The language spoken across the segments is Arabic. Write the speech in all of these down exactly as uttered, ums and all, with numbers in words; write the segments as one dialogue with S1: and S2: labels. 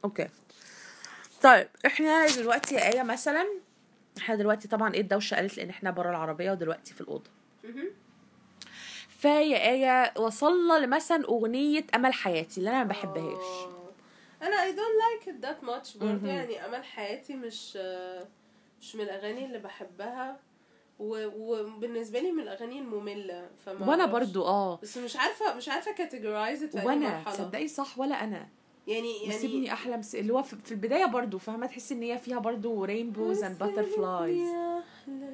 S1: اوكي طيب احنا دلوقتي يا آية مثلا، احنا دلوقتي طبعا ايه الدوشه قالت لان احنا بره العربيه ودلوقتي في الاوضه. فيا آية وصلنا لمثلا اغنيه امل حياتي اللي انا ما بحبهاش.
S2: انا I don't like it that much برضه. يعني امل حياتي مش مش من الاغاني اللي بحبها، وبالنسبه لي من الاغاني الممله. فما
S1: وانا برضو اه
S2: بس مش عارفه مش عارفه categorize it.
S1: وانا تصدقي صح ولا انا
S2: يعني يعني
S1: وسيبني احلم س... اللي هو في البدايه برضو فاهمه تحس ان هي فيها برضو rainbows and butterflies.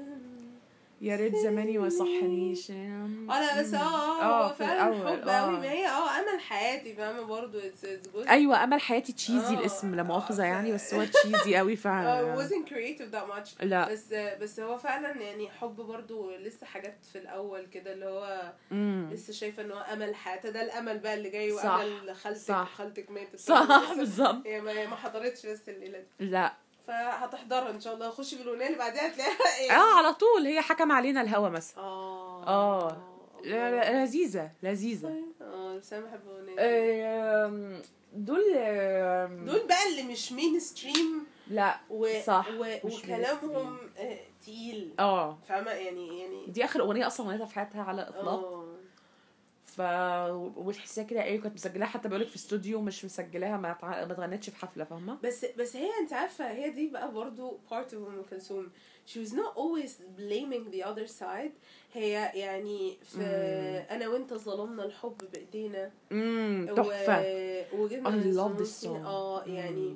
S1: يا ريت زماني ما يصحنيش.
S2: اه بس اه اه فعلا حب قوي. ما هي اه امل حياتي فاهمه برضو.
S1: ايوه امل حياتي تشيزي الاسم لا مؤاخذه يعني، بس هو تشيزي قوي فعلا.
S2: اه wasn't creative that much.
S1: لا
S2: بس بس هو فعلا يعني حب برضو لسه حاجات في الاول كده اللي هو
S1: مم.
S2: لسه شايفه ان هو امل حياتي ده الامل بقى اللي جاي. وامل خالتك وخالتك ماتت
S1: صح بالظبط.
S2: هي ما حضرتش بس الليله دي.
S1: لا
S2: فهتحضرها ان شاء الله. خشي بالاغنيه اللي بعدها هتلاقيها ايه
S1: اه على طول. هي حكم علينا الهوا مثلا.
S2: اه
S1: اه لذيذه لذيذه.
S2: اه بس انا بحب الاغنيه
S1: دول
S2: دول بقى اللي مش مين ستريم.
S1: لا
S2: و...
S1: صح
S2: و... وكلامهم آه تقيل.
S1: اه
S2: فاهمه يعني يعني
S1: دي اخر اغنيه اصلا غنيتها في حياتها على الاطلاق. اه ف وتحسيها كده ايه كنت مسجلاها حتى بقولك في استوديو مش مسجلاها ما ما اتغنتش في حفله فاهمه.
S2: بس بس هي انت عارفه هي دي بقى برضو part of ام كلثوم. she was not always blaming the other side. هي يعني في مم. انا وانت ظلمنا الحب بايدينا.
S1: امم تحفه.
S2: وجبنا
S1: I love this song.
S2: اه يعني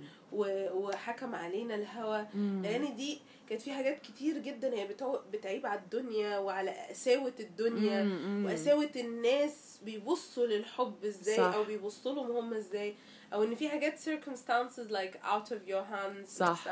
S2: وحكم علينا الهوى. لان دي كانت في حاجات كتير جدا هي بتعيب على الدنيا وعلى قساوه الدنيا مم. وقساوه الناس بيبصوا للحب ازاي صح. او بيبصوا لهم هم ازاي، او ان في حاجات circumstances like out of your hands
S1: صح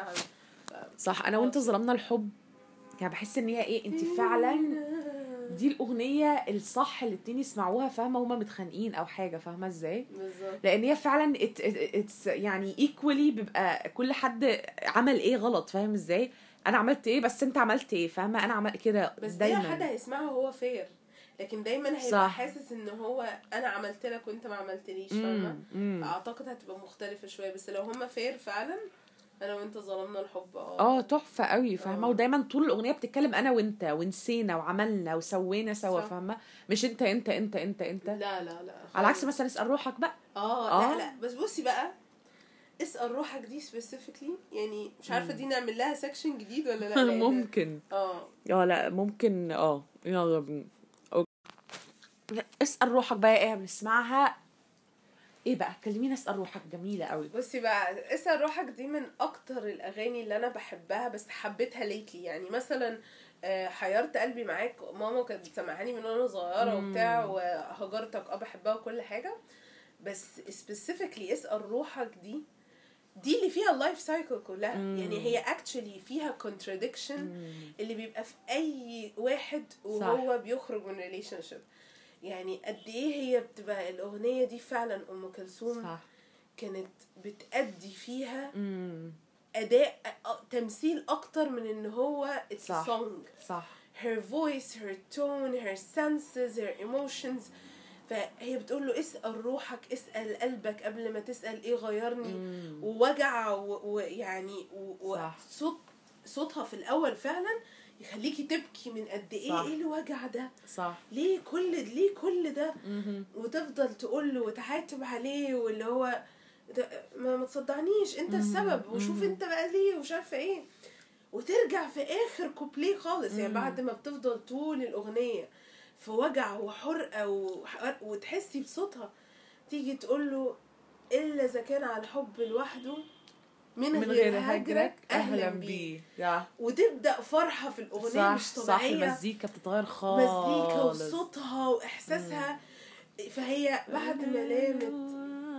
S1: صح. انا وانت ظلمنا الحب يعني بحس ان هي ايه انت فعلا دي الاغنيه الصح اللي الاتنين يسمعوها فاهمه هما متخانقين او حاجه فاهمه ازاي
S2: بالظبط.
S1: لان هي فعلا it, it, it's يعني equally بيبقى كل حد عمل ايه غلط فاهم ازاي. انا عملت ايه بس انت عملت ايه فاهمه انا عملت كده
S2: بس
S1: دايما.
S2: بس حد هيسمعه هو فير لكن دايما هيبقى صح. حاسس ان هو انا عملت لك وانت ما عملتليش فاهمه. اعتقد هتبقى مختلفه شويه. بس لو هما فير فعلا انا وانت ظلمنا الحب اه
S1: اه تحفه قوي فاهمه. ودايما طول الاغنيه بتتكلم انا وانت ونسينا وعملنا وسوينا سوا فاهمه مش انت انت انت انت انت
S2: لا لا لا
S1: على عكس مثلا اسال روحك بقى.
S2: اه, آه. لا لا بس بصي بقى اسال روحك دي سبيسيفيكلي يعني مش عارفه دي نعمل لها سيكشن جديد ولا لا.
S1: ممكن
S2: اه
S1: اه لا ممكن اه يلا اسال روحك بقى ايه بنسمعها ايه بقى كلمينا. اسال روحك جميله قوي.
S2: بصي بقى اسال روحك دي من اكتر الاغاني اللي انا بحبها بس حبيتها ليتلي. يعني مثلا حيرت قلبي معاك ماما كانت بتسمعاني من وانا صغيره وبتاع وهجرتك اه بحبها وكل حاجه. بس سبيسيفيكلي اسال روحك دي دي اللي فيها اللايف سايكل كلها. مم. يعني هي اكتشلي فيها كونتراديكشن اللي بيبقى في اي واحد وهو صح. بيخرج من ريليشن شيب. يعني قد ايه هي بتبقى الاغنيه دي فعلا ام كلثوم صح. كانت بتأدي فيها مم. اداء تمثيل اكتر من ان هو it's a song
S1: صح.
S2: her voice her tone her senses her emotions. فهي بتقول له اسأل روحك اسأل قلبك قبل ما تسأل ايه غيرني. مم. ووجع ويعني وصوت صوتها في الاول فعلا يخليكي تبكي من قد ايه صح. ايه الوجع ده
S1: صح.
S2: ليه كل ليه كل ده م-م. وتفضل تقول له وتعاتب عليه واللي هو ما ما تصدعنيش انت م-م. السبب وشوف م-م. انت بقى ليه ومش عارفه ايه. وترجع في اخر كوبليه خالص م-م. يعني بعد ما بتفضل طول الاغنيه في وجع وحرقه و... وتحسي بصوتها تيجي تقول له الا اذا كان على الحب لوحده من, من غير هجرك اهلا بيه. وتبدا فرحه في الاغنيه صح مش طبيعيه.
S1: صح. المزيكا بتتغير خالص.
S2: مزيكا وصوتها واحساسها. مم. فهي بعد ما لامت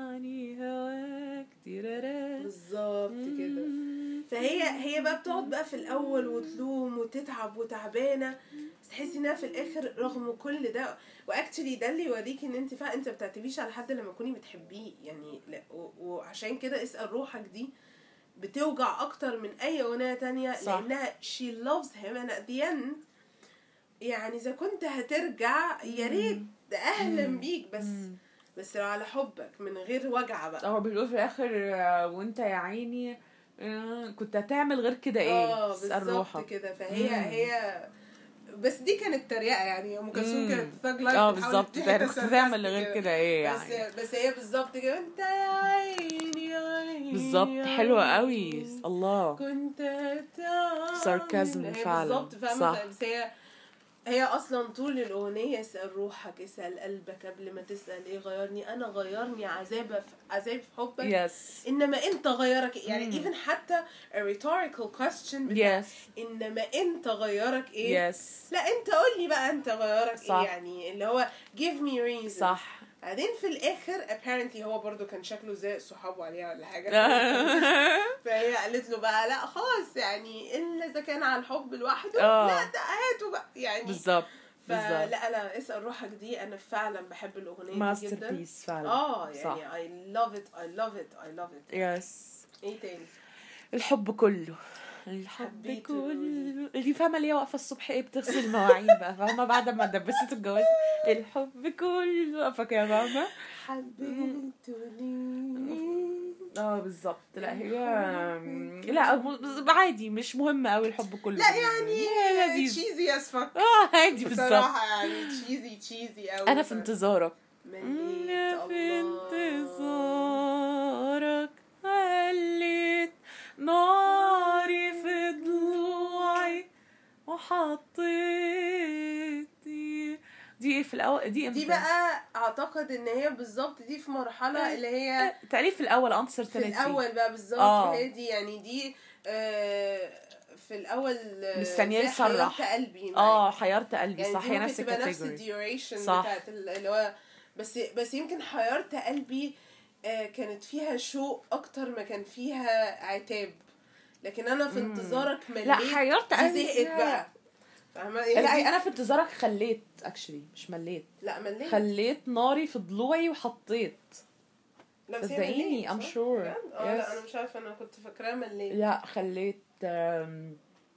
S2: بالظبط كده. فهي هي بقى بتقعد بقى في الاول وتلوم وتتعب وتعبانه تحسي انها في الاخر رغم كل ده. واكتشلي ده اللي يوريكي ان انت فعلا انت ما بتعتبيش على حد لما تكوني بتحبيه يعني. وعشان كده اسال روحك دي بتوجع اكتر من اي اغنيه تانية صح. لانها she loves him and at the end يعني اذا كنت هترجع يا ريت اهلا بيك بس مم. بس لو على حبك من غير وجع بقى.
S1: هو بيقول في الاخر وانت يا عيني كنت هتعمل غير كده ايه؟
S2: اه بالظبط كده. فهي مم. هي بس دي كانت تريقه يعني. ام كلثوم كانت ثاج لايف
S1: اه بالظبط كنت هتعمل غير كده ايه يعني.
S2: بس بس هي بالظبط كده انت يا عيني يا عيني
S1: بالظبط. حلوه قوي الله.
S2: كنت
S1: ساركازم فعلا
S2: بالظبط فاهمه. بس هي هي اصلا طول الاغنيه اسال روحك اسال قلبك قبل ما تسال ايه غيرني. انا غيرني عذاب في عذاب في حبك
S1: yes.
S2: انما انت غيرك يعني. mm. even حتى a rhetorical question بتاع
S1: yes.
S2: انما انت غيرك ايه.
S1: yes.
S2: لا انت قول لي بقى انت غيرك
S1: صح.
S2: ايه يعني اللي هو give me reason.
S1: صح.
S2: بعدين في الاخر apparently هو برضو كان شكله زي صحابه عليها ولا حاجه. فهي قالت له بقى لا خلاص يعني الا اذا كان على الحب لوحده لا ده هاته بقى يعني.
S1: بالظبط.
S2: فلا انا اسال روحك دي انا فعلا بحب الاغنيه دي جدا.
S1: ماستر بيس فعلا.
S2: اه يعني صح. I love it I love it I love it.
S1: yes.
S2: ايه تاني؟
S1: الحب كله. الحب كله اللي فاهمه اللي هي واقفه الصبح ايه بتغسل مواعين بقى فاهمه بعد ما دبست الجواز. الحب كله واقفه كده فاهمه حبيتوني. اه بالظبط. لا هي لا عادي مش مهم قوي الحب كله.
S2: لا يعني
S1: لذيذ
S2: تشيزي as fuck.
S1: اه عادي بالظبط
S2: بصراحه يعني تشيزي تشيزي قوي.
S1: انا في انتظارك
S2: مليت
S1: في انتظارك عليت ناري في ضلوعي وحطيتي. دي في الاول دي
S2: دي بقى اعتقد ان هي بالظبط دي في مرحله اللي هي
S1: تأليف في الاول انسر
S2: في الاول بقى بالظبط. هي دي يعني دي آه في الاول
S1: مستنيه يصرح
S2: حيرت قلبي
S1: اه حيرت قلبي
S2: يعني
S1: صح. هي نفس
S2: الكاتيجوري نفس الديوريشن بتاعت اللي هو بس بس يمكن حيرت قلبي آه كانت فيها شوق اكتر ما كان فيها عتاب. لكن انا في انتظارك مليت.
S1: لا حيرت قلبي
S2: زهقت بقى فاهمه يعني.
S1: لا انا في انتظارك خليت اكشلي مش مليت.
S2: لا مليت
S1: خليت ناري في ضلوعي وحطيت.
S2: لا
S1: صدقيني ام شور.
S2: اه لا انا مش عارفه انا كنت فاكراه مليت.
S1: لا خليت اه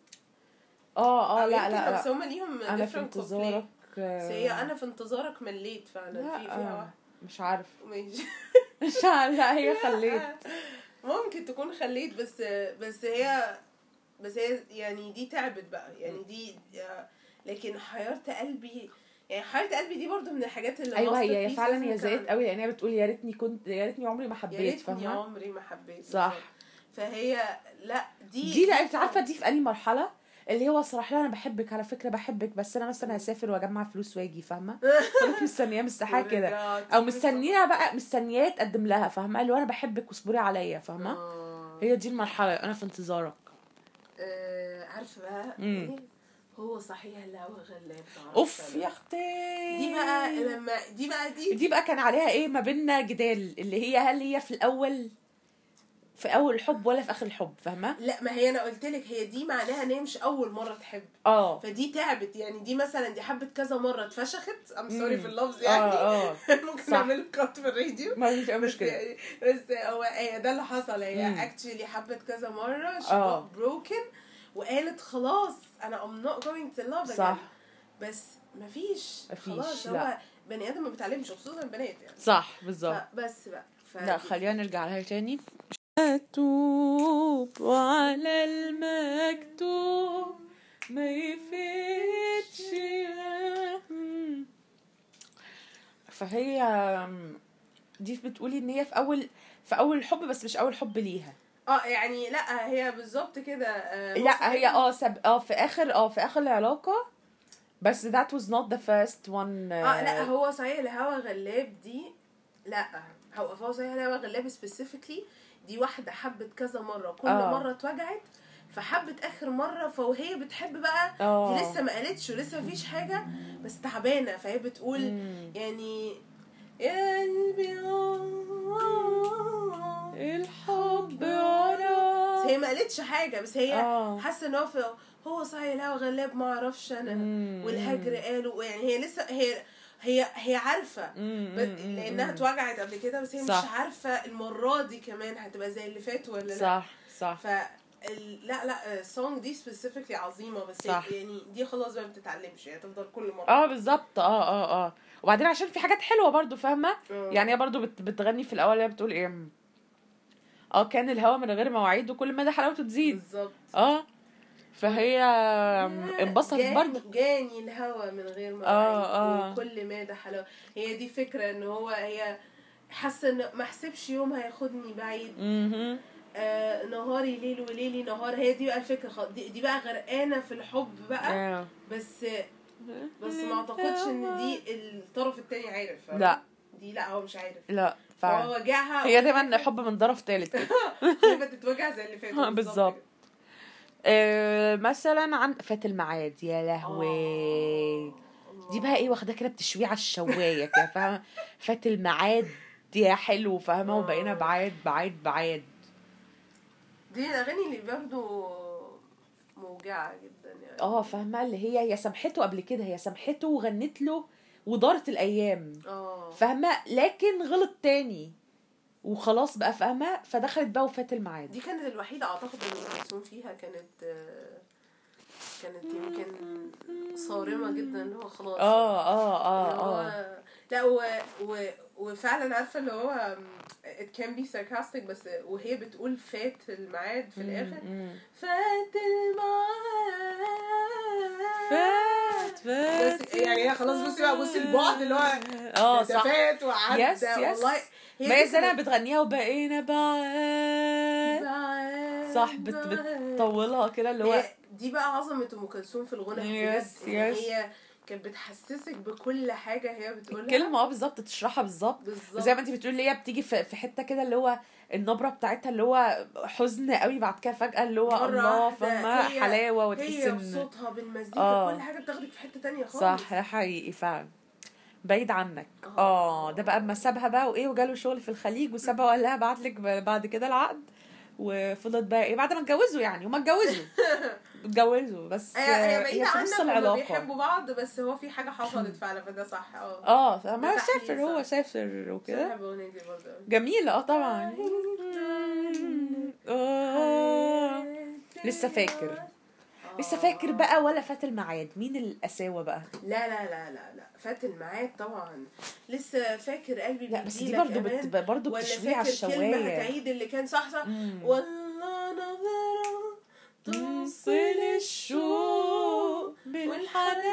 S1: اه لا لا
S2: لا بس هم ليهم
S1: انا في انتظارك.
S2: هي انا في انتظارك مليت فعلا.
S1: لا
S2: في فيها واحده
S1: مش عارف
S2: ماشي
S1: مش عارف. لا هي خليت
S2: ممكن تكون خليت بس بس هي بس هي يعني دي تعبت بقى يعني دي. لكن حيرت قلبي يعني حيرت قلبي دي برضو من الحاجات اللي
S1: ايوه هي فعلا هي زيت قوي لان هي بتقول يا ريتني كنت يا ريتني عمري ما حبيت فاهمه.
S2: يا ريتني عمري ما حبيت
S1: صح.
S2: فهي لا دي
S1: دي لا انت عارفه دي في انهي مرحله اللي هو صراحه لها انا بحبك على فكره بحبك بس انا مثلا هسافر واجمع فلوس واجي فاهمه. خلاص مستنيه مستحيه كده او مستنيها بقى مستنياه تقدم لها فاهمه اللي هو انا بحبك واصبري عليا فاهمه. هي دي المرحله انا في انتظارك.
S2: آه عارفه بقى ايه هو صحيح الهوا غلاب.
S1: اوف يا اختي
S2: دي بقى لما دي بقى دي
S1: دي بقى كان عليها ايه ما بيننا جدال اللي هي هل هي في الاول في اول الحب ولا في اخر الحب فاهمه.
S2: لا ما هي انا قلت لك هي دي معناها ان هي مش اول مره تحب.
S1: اه
S2: فدي تعبت يعني. دي مثلا دي حبت كذا مره اتفشخت. ام سوري في اللفظ يعني.
S1: اه اه
S2: ممكن نعمل كات في الراديو
S1: ما فيش مشكله
S2: يعني. بس هو هي ده اللي حصل. هي اكشلي حبت كذا مره شي بروكن وقالت خلاص انا I'm not going to love again.
S1: صح.
S2: بس مفيش خلاص. هو بني ادم ما بيتعلمش خصوصا البنات يعني.
S1: صح بالظبط.
S2: بس بقى
S1: لا خلينا نرجع لها تاني. مكتوب وعلى المكتوب ما يفتش. فهي دي بتقولي ان هي في اول في اول الحب بس مش اول حب ليها.
S2: اه يعني لا هي بالظبط كده. آه
S1: لا هي اه سب... اه في اخر اه في اخر العلاقه بس that was not the first one.
S2: اه لا هو صحيح الهوا غلاب دي. لا هو هو صحيح الهوا غلاب specifically دي واحده حبت كذا مره كل آه. مره اتوجعت فحبت اخر مره فوهي بتحب بقى. أوه. دي لسه ما قالتش ولسه ما فيش حاجه بس تعبانه فهي بتقول مم. يعني يا قلبي
S1: الحب ورا.
S2: هي ما قالتش حاجه بس هي حاسه ان هو هو صحيح لا غلاب ما اعرفش انا مم. والهجر قالوا يعني هي لسه هي هي هي عارفه لانها اتوجعت قبل كده بس هي صح. مش عارفه المره دي كمان هتبقى زي اللي فات ولا لا.
S1: صح صح.
S2: ف لا لا السونج دي سبيسيفيكلي عظيمه، بس
S1: صح.
S2: يعني دي خلاص بقى ما بتتعلمش، يعني تفضل كل مره
S1: اه بالظبط. اه اه اه وبعدين عشان في حاجات حلوه برضو فاهمه.
S2: آه.
S1: يعني هي برضو بت بتغني في الاول، هي بتقول ايه، اه كان الهوا من غير مواعيد وكل ما ده حلاوته تزيد.
S2: بالظبط.
S1: اه فهي انبسطت
S2: جاني
S1: برضو.
S2: جاني الهوا من غير مواعيد
S1: اه اه
S2: وكل ما ده حلاوه. هي دي فكره ان هو هي حاسه ان ما حسبش يوم هياخدني بعيد.
S1: امم
S2: آه نهاري ليل وليلي نهار. هي دي بقى الفكره خ... دي, دي بقى غرقانه في الحب بقى.
S1: آه.
S2: بس بس ما اعتقدش ان دي الطرف التاني عارف.
S1: لا
S2: دي لا هو مش عارف.
S1: لا فعلا
S2: هو وجعها.
S1: هي دايما حب من طرف تالت كده.
S2: دايما تتوجع زي اللي فات.
S1: بالظبط. آه مثلا عن فات الميعاد، يا لهوي دي بقى ايه، واخده كده بتشويه على الشوايه كده فاهمه. فات الميعاد يا حلو فاهمه، وبقينا بعاد بعاد بعاد.
S2: دي الاغاني اللي برضه موجعه جدا يعني.
S1: اه فاهمه، اللي هي هي سامحته قبل كده، هي سامحته وغنت له ودارت الايام.
S2: اه
S1: فاهمه، لكن غلط تاني وخلاص بقى فاهمه، فدخلت بقى وفات الميعاد.
S2: دي كانت الوحيده اعتقد اللي مرسوم فيها كانت كانت يمكن صارمه جدا، اللي هو خلاص
S1: اه اه اه اه
S2: لا و... و... وفعلا عارفه اللي هو it can be sarcastic، بس وهي بتقول فات الميعاد في الاخر. فات الميعاد
S1: فات فات
S2: بس يعني هي خلاص بصي بقى بصي البعد اللي هو
S1: اه صح
S2: فات وعدى.
S1: يس يس
S2: والله
S1: ما هي زي بتغنيها وبقينا بعاد صح، بت بتطولها كده اللي هو
S2: دي بقى عظمه ام كلثوم في الغنى بجد. هي كانت بتحسسك بكل حاجه هي بتقولها
S1: كلمه اه بالظبط، تشرحها بالظبط زي ما انت بتقولي، اللي هي بتيجي في حته كده اللي هو النبره بتاعتها اللي هو حزن قوي، بعد كده فجاه اللي هو الله فاهمه حلاوه، وتحس
S2: هي
S1: ان
S2: بصوتها بالمزيكا آه. كل حاجه بتاخدك في حته تانية خالص.
S1: صح، ده حقيقي فعلا بعيد عنك. اه ده بقى اما سابها بقى وايه وجاله شغل في الخليج وسابها وقال لها ابعت لك بعد كده العقد، وفضلت بقى ايه بعد ما اتجوزوا يعني وما اتجوزوا اتجوزوا بس
S2: هي بعيدة عنك هما بيحبوا بعض، بس هو في حاجة حصلت فعلا فده صح. اه
S1: اه ما سافر هو سافر وكده جميلة اه طبعا. اه لسه فاكر لسه فاكر بقى ولا فات الميعاد؟ مين القساوة بقى؟
S2: لا لا لا لا لا فات الميعاد طبعا. لسه فاكر قلبي
S1: لا بس دي برضو بت... برضو بتشويه على الشوايه.
S2: ولا فاكر كلمة هتعيد اللي كان صح صح. والله نظرة
S1: توصل الشوق بالحنان،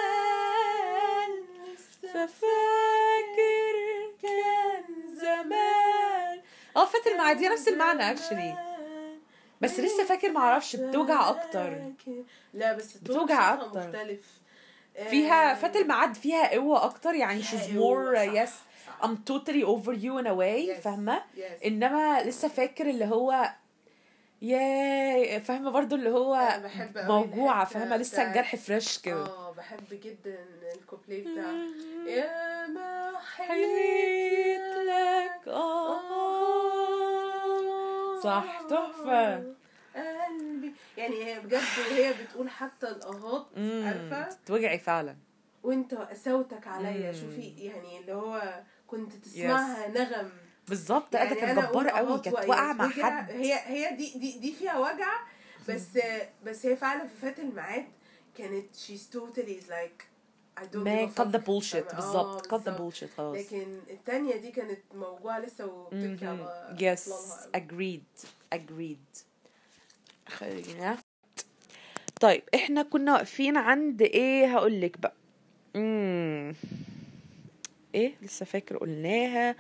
S1: لسه فاكر كان زمان. اه فات الميعاد دي نفس المعنى اكشلي، بس لسه فاكر معرفش بتوجع اكتر.
S2: لا بس
S1: بتوجع اكتر
S2: مختلف.
S1: فيها فات الميعاد فيها قوة اكتر يعني she's more yes I'm totally over you in a way yes. فاهمة yes. انما لسه فاكر اللي هو يا فاهمة برضو اللي هو موجوعة فاهمة لسه الجرح فريش كده.
S2: اه بحب جدا الكوبليه بتاع يا ما حليت لك اه
S1: صح تحفة
S2: قلبي. يعني هي بجد هي بتقول حتى الاهات عارفه
S1: توجعي فعلا
S2: وانت صوتك عليا. شوفي يعني اللي هو كنت تسمعها yes. نغم
S1: بالظبط. يعني كانت جبارة قوي، كانت واقعه مع حد.
S2: هي هي دي دي دي فيها وجع بس بس هي فعلا في فات الميعاد كانت she's totally like I don't
S1: ما cut the bullshit بالظبط cut the bullshit خلاص.
S2: لكن التانية دي كانت موجوعة لسه وبتبكي على
S1: yes agreed agreed. خلينا طيب احنا كنا واقفين عند ايه هقولك بقى. امم ايه لسه فاكر قلناها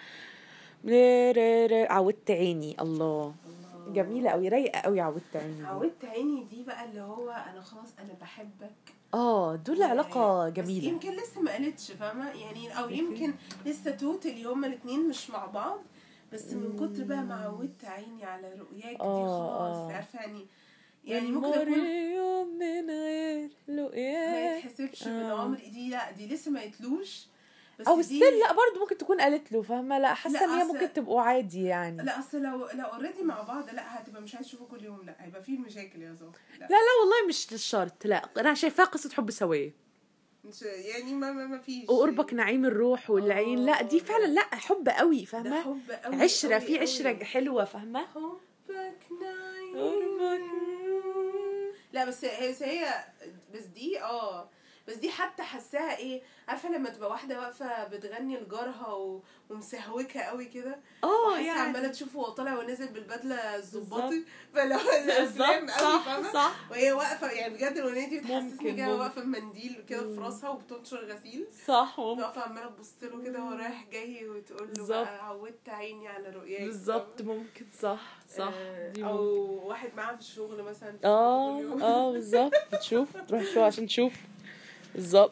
S1: عودت عيني. الله جميله قوي رايقه قوي عودت عيني.
S2: عودت عيني دي بقى اللي هو انا خلاص انا بحبك.
S1: اه دول علاقه جميله
S2: بس يمكن لسه ما قالتش فاهمه يعني، او يمكن لسه توتالي هما الاثنين مش مع بعض، بس من كتر بقى ما عودت عيني على رؤياك دي خلاص عارفه يعني يعني ممكن اكون
S1: يوم من غير لقياك
S2: ما يتحسبش من عمري. دي لا دي لسه ما قالتلوش
S1: بس او ستيل لا برضه ممكن تكون قالت له فاهمه. لا حاسه ان هي ممكن تبقوا عادي يعني.
S2: لا اصل لو لو اوريدي مع بعض لا هتبقى مش عايز تشوفه كل يوم، لا هيبقى فيه مشاكل يا زهر.
S1: لا. لا لا والله مش شرط. لا انا شايفاها قصه حب سويه
S2: يعني ما ما فيش
S1: وقربك نعيم الروح والعين. لا دي فعلا لا حب قوي فاهمه،
S2: حب قوي
S1: عشره في عشره حلوه فاهمه.
S2: حبك نعيم لا بس هي هي بس دي اه بس دي حتى حساها ايه، عارفه لما تبقى واحده واقفه بتغني لجارها و... ومسهوكه قوي كده،
S1: اه
S2: يعني
S1: يعني
S2: عماله تشوفه وهو طالع ونازل بالبدله الظباطي، فلو الافلام
S1: بالظبط
S2: قوي
S1: صح
S2: فاهمه،
S1: صح
S2: وهي واقفه يعني بجد الاغنيه دي بتحسسني
S1: ممكن
S2: كده
S1: ممكن
S2: واقفه بمنديل كده في راسها وبتنشر غسيل،
S1: صح ممكن
S2: واقفه عماله تبص له كده وهو رايح جاي وتقول له
S1: بالظبط.
S2: بقى عودت عيني على رؤياك
S1: بالظبط ممكن صح صح
S2: آه،
S1: دي
S2: او
S1: ممكن.
S2: واحد معاه في الشغل مثلا
S1: اه اه بالظبط بتشوف تروح الشغل عشان تشوف بالظبط.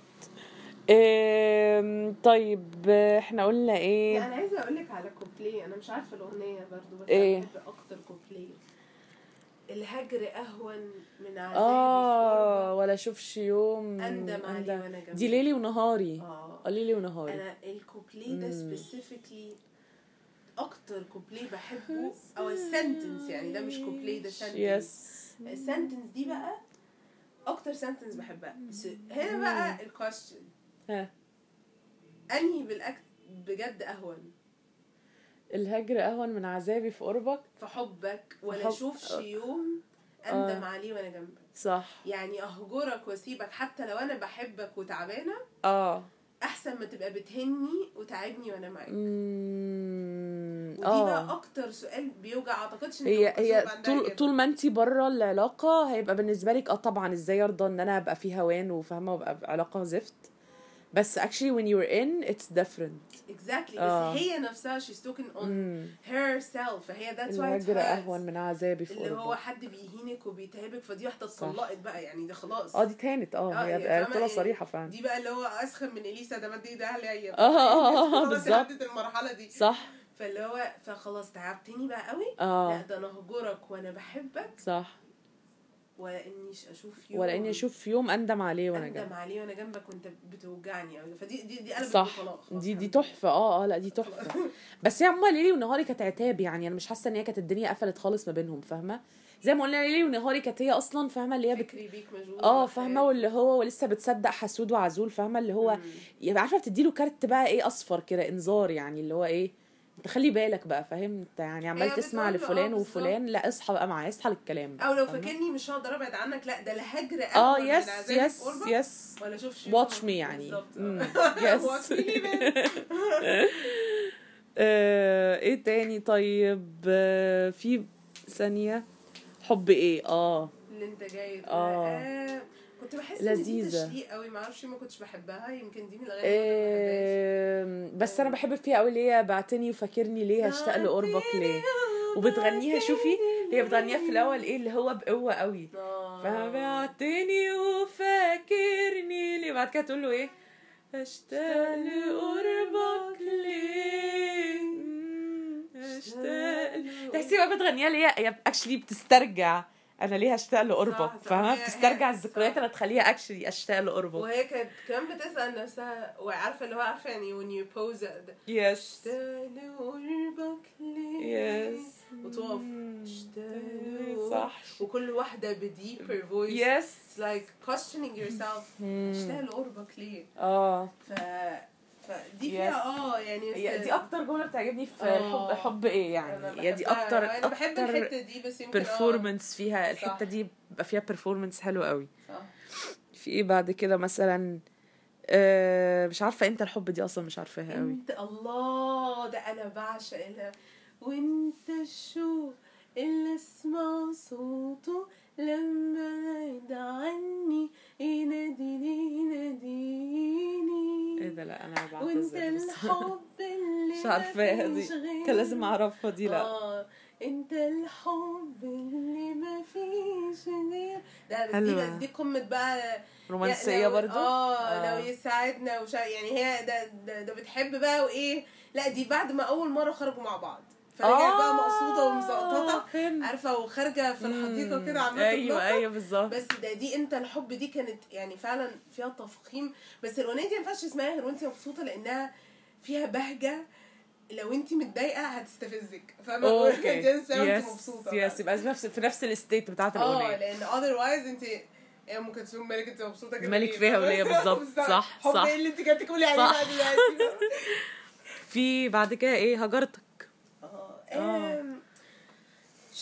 S1: إيه طيب احنا قلنا
S2: لا
S1: ايه؟
S2: انا عايزه اقول لك على كوبليه، انا مش عارفه الاغنيه برضو بس
S1: إيه؟
S2: انا بحب اكتر كوبليه، الهجر اهون من عذابي
S1: اه ولا اشوفش يوم
S2: اندم عليه وانا جنبك،
S1: دي ليلي ونهاري.
S2: اه
S1: ليلي ونهاري.
S2: انا الكوبليه ده سبيسيفيكلي اكتر كوبليه بحبه، او السنتنس يعني، ده مش كوبليه ده سنتنس،
S1: يس
S2: السنتنس دي بقى اكتر سنتنس بحبها. بس هنا بقى الكويستشن،
S1: ها
S2: انهي بالاكت بجد اهون،
S1: الهجر اهون من عذابي في قربك،
S2: في حبك ولا
S1: حب...
S2: اشوفش يوم اندم آه. عليه وانا جنبك،
S1: صح،
S2: يعني اهجرك واسيبك حتى لو انا بحبك وتعبانه
S1: اه
S2: احسن ما تبقى بتهني وتعبني وانا معاك.
S1: مم...
S2: ودي
S1: آه.
S2: بقى اكتر سؤال بيوجع، اعتقدش ان
S1: هي هي طول
S2: إجابة.
S1: طول ما انتي بره العلاقه هيبقى بالنسبه لك اه طبعا ازاي ارضى ان انا ابقى في هوان وفاهمه وابقى بعلاقه زفت، بس actually when you're in it's different.
S2: exactly
S1: آه.
S2: بس هي نفسها she's talking on
S1: مم.
S2: herself، فهي that's why it
S1: الهجر
S2: hurts.
S1: اهون من عذابي في
S2: اللي
S1: قربك،
S2: هو حد بيهينك وبيتعبك، فدي واحده اتطلقت بقى يعني، ده خلاص
S1: اه دي تانت اه
S2: آه،
S1: هي
S2: يعني
S1: بقى
S2: فاهمة
S1: طلع
S2: يعني
S1: صريحه فعلا،
S2: دي بقى اللي هو اسخن من اليسا ده مدي ده عليا
S1: اه اه اه
S2: خلاص
S1: بالظبط
S2: عدت المرحله دي
S1: صح
S2: فاللي هو فخلاص تعبتني بقى قوي،
S1: اه
S2: لا ده انا هجرك وانا بحبك
S1: صح،
S2: ولا اني اشوف يوم
S1: ولا اني اشوف يوم اندم عليه وانا
S2: اندم
S1: جنبك
S2: عليه وانا جنبك وانت بتوجعني قوي، فدي دي دي قلبت
S1: صح،
S2: بطلاق
S1: دي دي تحفه اه اه لا دي تحفه بس هي عموما ليلي ونهاري كانت عتاب يعني، انا مش حاسه ان هي كانت الدنيا قفلت خالص ما بينهم، فاهمه زي ما قلنا ليلي ونهاري كانت هي اصلا فاهمه اللي هي بت...
S2: فكري بيك مجهول
S1: اه فاهمه واللي هو ولسه بتصدق حسود وعزول، فاهمه اللي هو يبقى عارفه بتديله كارت بقى ايه اصفر كده انذار، يعني اللي هو ايه انت خلي بالك بقى، فاهم انت يعني عمال تسمع لفلان وفلان، لا اصحى بقى معايا، اصحى للكلام
S2: او لو فاكرني مش هقدر ابعد عنك، لا ده الهجر
S1: اه يس يس يس
S2: ولا اشوفش
S1: واتش مي يعني
S2: يس
S1: ايه تاني طيب آه في ثانيه حب ايه اه
S2: اللي انت جاي
S1: اه,
S2: آه. كنت بحس
S1: لذيذة.
S2: ان دي تشليق قوي، ما اعرفش ما كنتش بحبها، يمكن دي من الاغاني
S1: اللي ما بحبهاش، بس انا بحب فيها قوي اللي هي بعتني وفاكرني ليه هشتاق لقربك ليه، وبتغنيها شوفي هي بتغنيها في الاول ايه اللي هو بقوه قوي، فبعتني وفاكرني ليه، بعد كده تقول له ايه هشتاق لقربك ليه هشتاق، تحسي بقى بتغنيها ليه هي اكشلي بتسترجع انا ليه هشتاق لقربك، فاهمه بتسترجع الذكريات اللي تخليها اكشلي اشتاق لقربك،
S2: وهي كانت كمان بتسال نفسها وعارفه اللي هو عارفه يعني when you pose
S1: يس
S2: اشتاق لقربك ليه
S1: يس
S2: وتقف اشتاق
S1: صح،
S2: وكل واحده بديبر فويس
S1: يس
S2: like questioning yourself اشتاق لقربك ليه
S1: اه
S2: ف فدي فيها اه يعني
S1: هي دي اكتر جمله بتعجبني في
S2: آه.
S1: الحب حب ايه يعني، هي دي اكتر
S2: انا بحب الحته دي بس يمكن
S1: performance فيها الحته صح. دي بقى فيها performance حلو قوي صح. في ايه بعد كده مثلا آه مش عارفه انت الحب دي اصلا مش عارفاها قوي،
S2: انت الله ده انا بعشقها، وانت الشوق اللي اسمع صوته لما بعيد عني يناديني يناديني
S1: ايه ده لا انا بعتذر
S2: وانت الحب اللي
S1: مش عارفاها دي كان لازم اعرفها دي لا
S2: اه انت الحب اللي ما فيش غير ده بس دي بس دي قمه بقى
S1: رومانسيه برضو
S2: اه, آه. لو يساعدنا وشا يعني هي ده, ده ده بتحب بقى وايه، لا دي بعد ما اول مره خرجوا مع بعض فرجعت آه بقى مقصوده ومسقططه عارفه وخارجه في الحديقه كده عماله
S1: ايوه ايوه بالظبط،
S2: بس ده دي انت الحب دي كانت يعني فعلا فيها تفخيم، بس الاغنيه دي ما ينفعش تسمعيها غير وانت مبسوطه لانها فيها بهجه، لو انت متضايقه هتستفزك فاهمه اوكي انت مبسوطه
S1: يس يبقى نفس في نفس الستيت بتاعه الاغنيه
S2: اه لان otherwise انت يا ام كلثوم مالك انت مبسوطه كده
S1: مالك فيها وليه بالظبط صح
S2: حب
S1: صح
S2: ايه اللي انت جايه تقولي عليه بقى دلوقتي
S1: في بعد كده ايه هجرتك
S2: اه مش عارفه
S1: جميله
S2: بصي
S1: جميله
S2: يعني-
S1: complicated.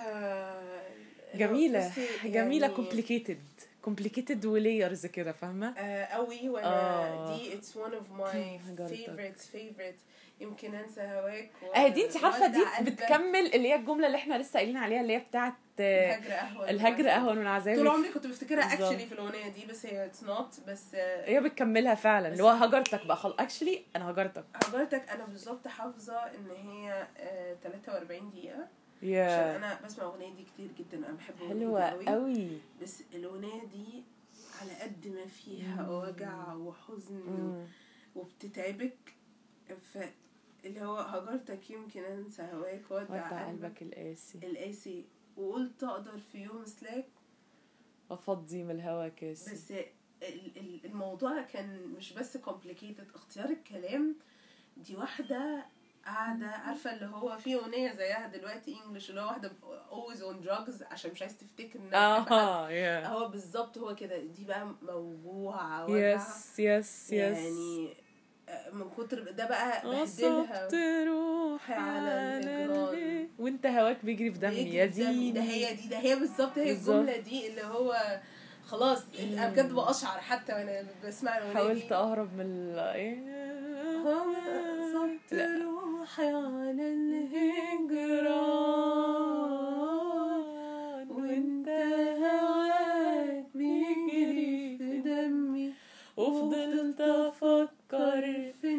S1: جميله
S2: بصي
S1: جميله
S2: يعني-
S1: complicated complicated وlayers كده فاهمه.
S2: آه قوي وانا
S1: آه.
S2: دي it's one of my
S1: هجرتك.
S2: favorites favorite يمكن انسى هواك و-
S1: اه دي انت عارفه دي
S2: وودع قلبك.
S1: بتكمل اللي هي الجمله اللي احنا لسه قايلين عليها اللي هي بتاعت آه،
S2: الهجر اهون
S1: الهجر اهون من عذابي.
S2: طول عمري كنت بفتكرها
S1: بالظبط.
S2: اكشلي في الاغنيه دي بس هي اتس نوت بس آه،
S1: هي بتكملها فعلا اللي هو هجرتك بقى خلاص اكشلي انا هجرتك.
S2: هجرتك انا بالظبط حافظه ان هي آه، ثلاثة وأربعين دقيقه عشان
S1: يا
S2: انا بسمع الاغنيه دي كتير جدا انا بحب الأغنية
S1: حلوه
S2: دي قوي
S1: قوي.
S2: بس الاغنيه دي على قد ما فيها وجع وحزن
S1: مم.
S2: وبتتعبك ف اللي هو هجرتك يمكن انسى هواك
S1: ودع
S2: وودع قلبك
S1: قلبك القاسي
S2: القاسي وقلت اقدر في يوم سلاك
S1: وافضي من الهوا كاسي.
S2: بس ال- ال- الموضوع كان مش بس complicated اختيار الكلام دي واحدة قاعدة عارفة اللي هو في أغنية زيها دلوقتي انجلش اللي هو واحدة always on drugs عشان مش عايز تفتكر انها بتحب حد.
S1: اه يا
S2: هو بالظبط هو كده دي بقى موجوعة وجع
S1: يس يس يس
S2: يعني آه، من كتر ده بقى بهدلها
S1: أصبت روحي
S2: على الهجران.
S1: وانت هواك بيجري في دمي يا ديني.
S2: ده هي دي ده هي بالظبط هي
S1: بالظبط.
S2: الجملة دي اللي هو خلاص انا بجد بقشعر حتى وانا بسمع الاغنيه دي.
S1: حاولت اهرب من ال ايه
S2: صبت
S1: لا.
S2: روحي على الهجران وانت هواك بيجري في دمي
S1: وفضلت افكر
S2: في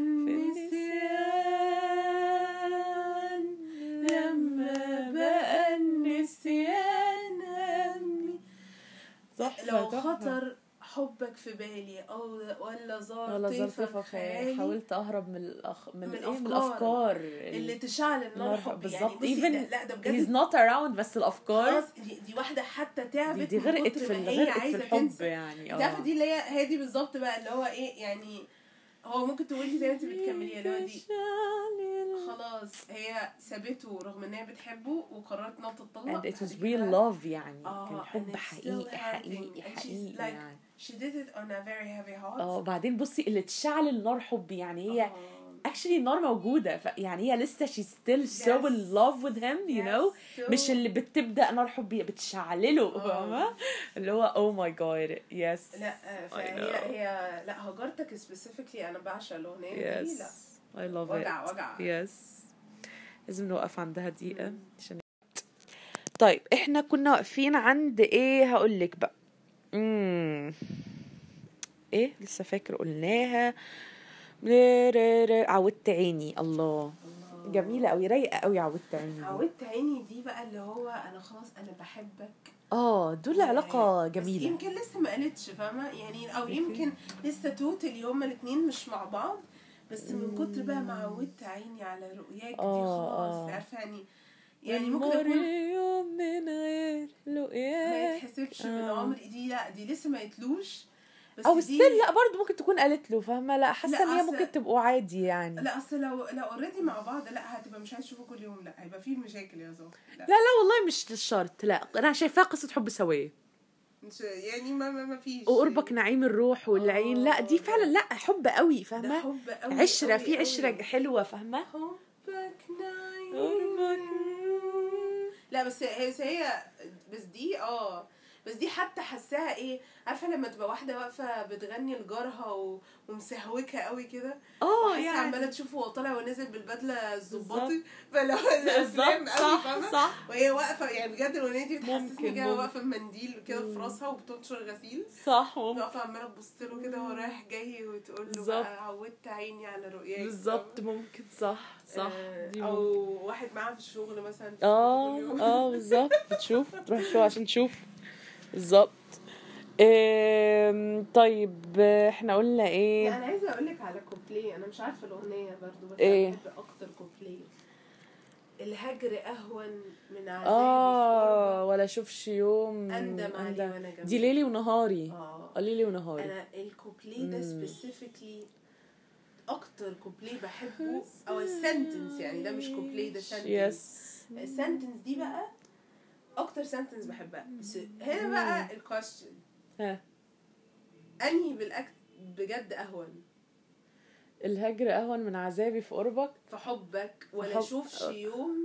S2: النسيان لما بقى النسيان همي
S1: صح
S2: لو خطر حبك في بالي او ولا زار
S1: ولا زرت
S2: طيفك
S1: فخيالي حاولت اهرب من الأخ... من,
S2: من
S1: ايه من
S2: الأفكار
S1: الافكار
S2: اللي تشعل النار حب يعني
S1: بالظبط.
S2: بصي
S1: even
S2: لا, لا ده
S1: he's
S2: بجد
S1: not around بس الافكار
S2: خلاص دي, دي واحده حتى تعبت
S1: دي, دي
S2: من
S1: غرقت
S2: كتر
S1: في
S2: ما هي
S1: غرقت في
S2: عايزه
S1: الحب
S2: تنسى.
S1: يعني
S2: انت عارفه دي اللي هي هي دي بالظبط بقى اللي هو ايه يعني هو ممكن تقولي زي ما انت بتكمليها اللي هو دي خلاص هي سابته رغم ان هي بتحبه وقررت انها تطلق
S1: and it was real love يعني
S2: آه
S1: كان
S2: and
S1: حب
S2: it's
S1: حقيقي
S2: still
S1: حقيقي
S2: hurting and she's
S1: حقيقي
S2: like
S1: يعني
S2: she did it on a very heavy heart
S1: اه بعدين بصي اللي تشعل النار حب يعني هي
S2: آه.
S1: actually النار موجودة ف... يعني هي لسه she's still so
S2: Yes.
S1: in love with him you
S2: Yes.
S1: know
S2: So-
S1: مش اللي بتبدأ نار حب بتشعلله
S2: آه.
S1: فاهمة اللي هو oh my god yes
S2: لا
S1: I
S2: فهي
S1: know.
S2: هي لا هجرتك specifically انا بعشق الاغنيه دي
S1: yes
S2: لا
S1: I love
S2: وجع
S1: it
S2: وجع
S1: yes لازم نوقف عندها دقيقة عشان طيب احنا كنا واقفين عند ايه هقولك بقى امم ايه لسه فاكر قلناها عودت عيني الله جميلة قوي رايقة قوي عودت عيني دي.
S2: عودت عيني دي بقى اللي هو انا خلاص انا بحبك
S1: اه دول علاقة
S2: بس
S1: جميلة
S2: يمكن لسه ما قالتش فاهمة يعني او يمكن لسه توتالي هما الاثنين مش مع بعض بس من كتر بقى ما عودت عيني على رؤياك دي
S1: آه،
S2: خلاص
S1: آه.
S2: عارفة يعني يعني ممكن
S1: والمر
S2: اكون
S1: يوم من غير
S2: ما
S1: لقياك
S2: يتحسبش من
S1: آه.
S2: عمري دي لا دي لسه ما يتلوش بس
S1: او
S2: دي
S1: ستيل لا برضو ممكن تكون قالت له فاهمة لا حاسة
S2: لا،
S1: ان هي
S2: أصل-
S1: ممكن تبقوا عادي يعني
S2: لا اصل لو لو اوريدي مع بعض لا هتبقى مش عايز تشوفه كل يوم لا هيبقى فيه مشاكل يا زهر لا,
S1: لا لا والله مش شرط لا انا شايفاها قصة حب سوية
S2: مش يعني ما ما, ما فيش
S1: وقربك نعيم الروح والعين لا دي
S2: آه،
S1: فعلا لا حب قوي
S2: ده
S1: فاهمة
S2: حب قوي
S1: عشرة
S2: قوي
S1: في عشرة
S2: قوي.
S1: حلوة فاهمة
S2: حبك نايم
S1: قربك
S2: لا بس هي بس هي بس دي اه بس دي حتى حساها ايه عارفه لما تبقى واحده واقفه بتغني لجارها و... ومسهوكه قوي كده
S1: اه
S2: وحاسه
S1: يعني
S2: عماله تشوفه وهو طالع ونازل بالبدله الظباطي
S1: بالظبط.
S2: فلو الافلام
S1: بالظبط
S2: قوي
S1: صح
S2: فاهمه
S1: صح
S2: وهي واقفه يعني بجد الاغنيه دي بتحسسني
S1: ممكن،
S2: كده
S1: ممكن.
S2: واقفه بمنديل كده في راسها وبتنشر غسيل
S1: صح ممكن
S2: واقفه عماله تبص له كده وهو رايح جاي وتقول له
S1: بالظبط.
S2: بقى عودت عيني على رؤياك
S1: بالظبط ممكن صح صح
S2: آه،
S1: دي
S2: او
S1: ممكن.
S2: واحد معاه في الشغل مثلا
S1: اه اه بالظبط بتشوف تروح شو عشان تشوف بالظبط إيه طيب احنا قلنا
S2: لا
S1: ايه
S2: انا عايزه اقول لك على كوبليه انا مش عارفه الاغنيه برضو بس
S1: إيه؟
S2: انا بحب اكتر كوبليه الهجر اهون من عذابي
S1: اه ولا اشوفش يوم
S2: اندم عليه
S1: أندم.
S2: وانا جنبك
S1: دي ليلي ونهاري
S2: اه
S1: اه ليلي ونهاري
S2: انا الكوبليه ده
S1: مم.
S2: سبيسيفيكلي اكتر كوبليه بحبه او السنتنس يعني ده مش كوبليه ده سنتنس
S1: يس
S2: السنتنس دي بقى اكتر سنتنس بحبها بس هنا بقى الكويستشن
S1: ها
S2: انهي بالاكت بجد اهون
S1: الهجر اهون من عذابي في قربك
S2: في حبك ولا
S1: حب-
S2: اشوفش يوم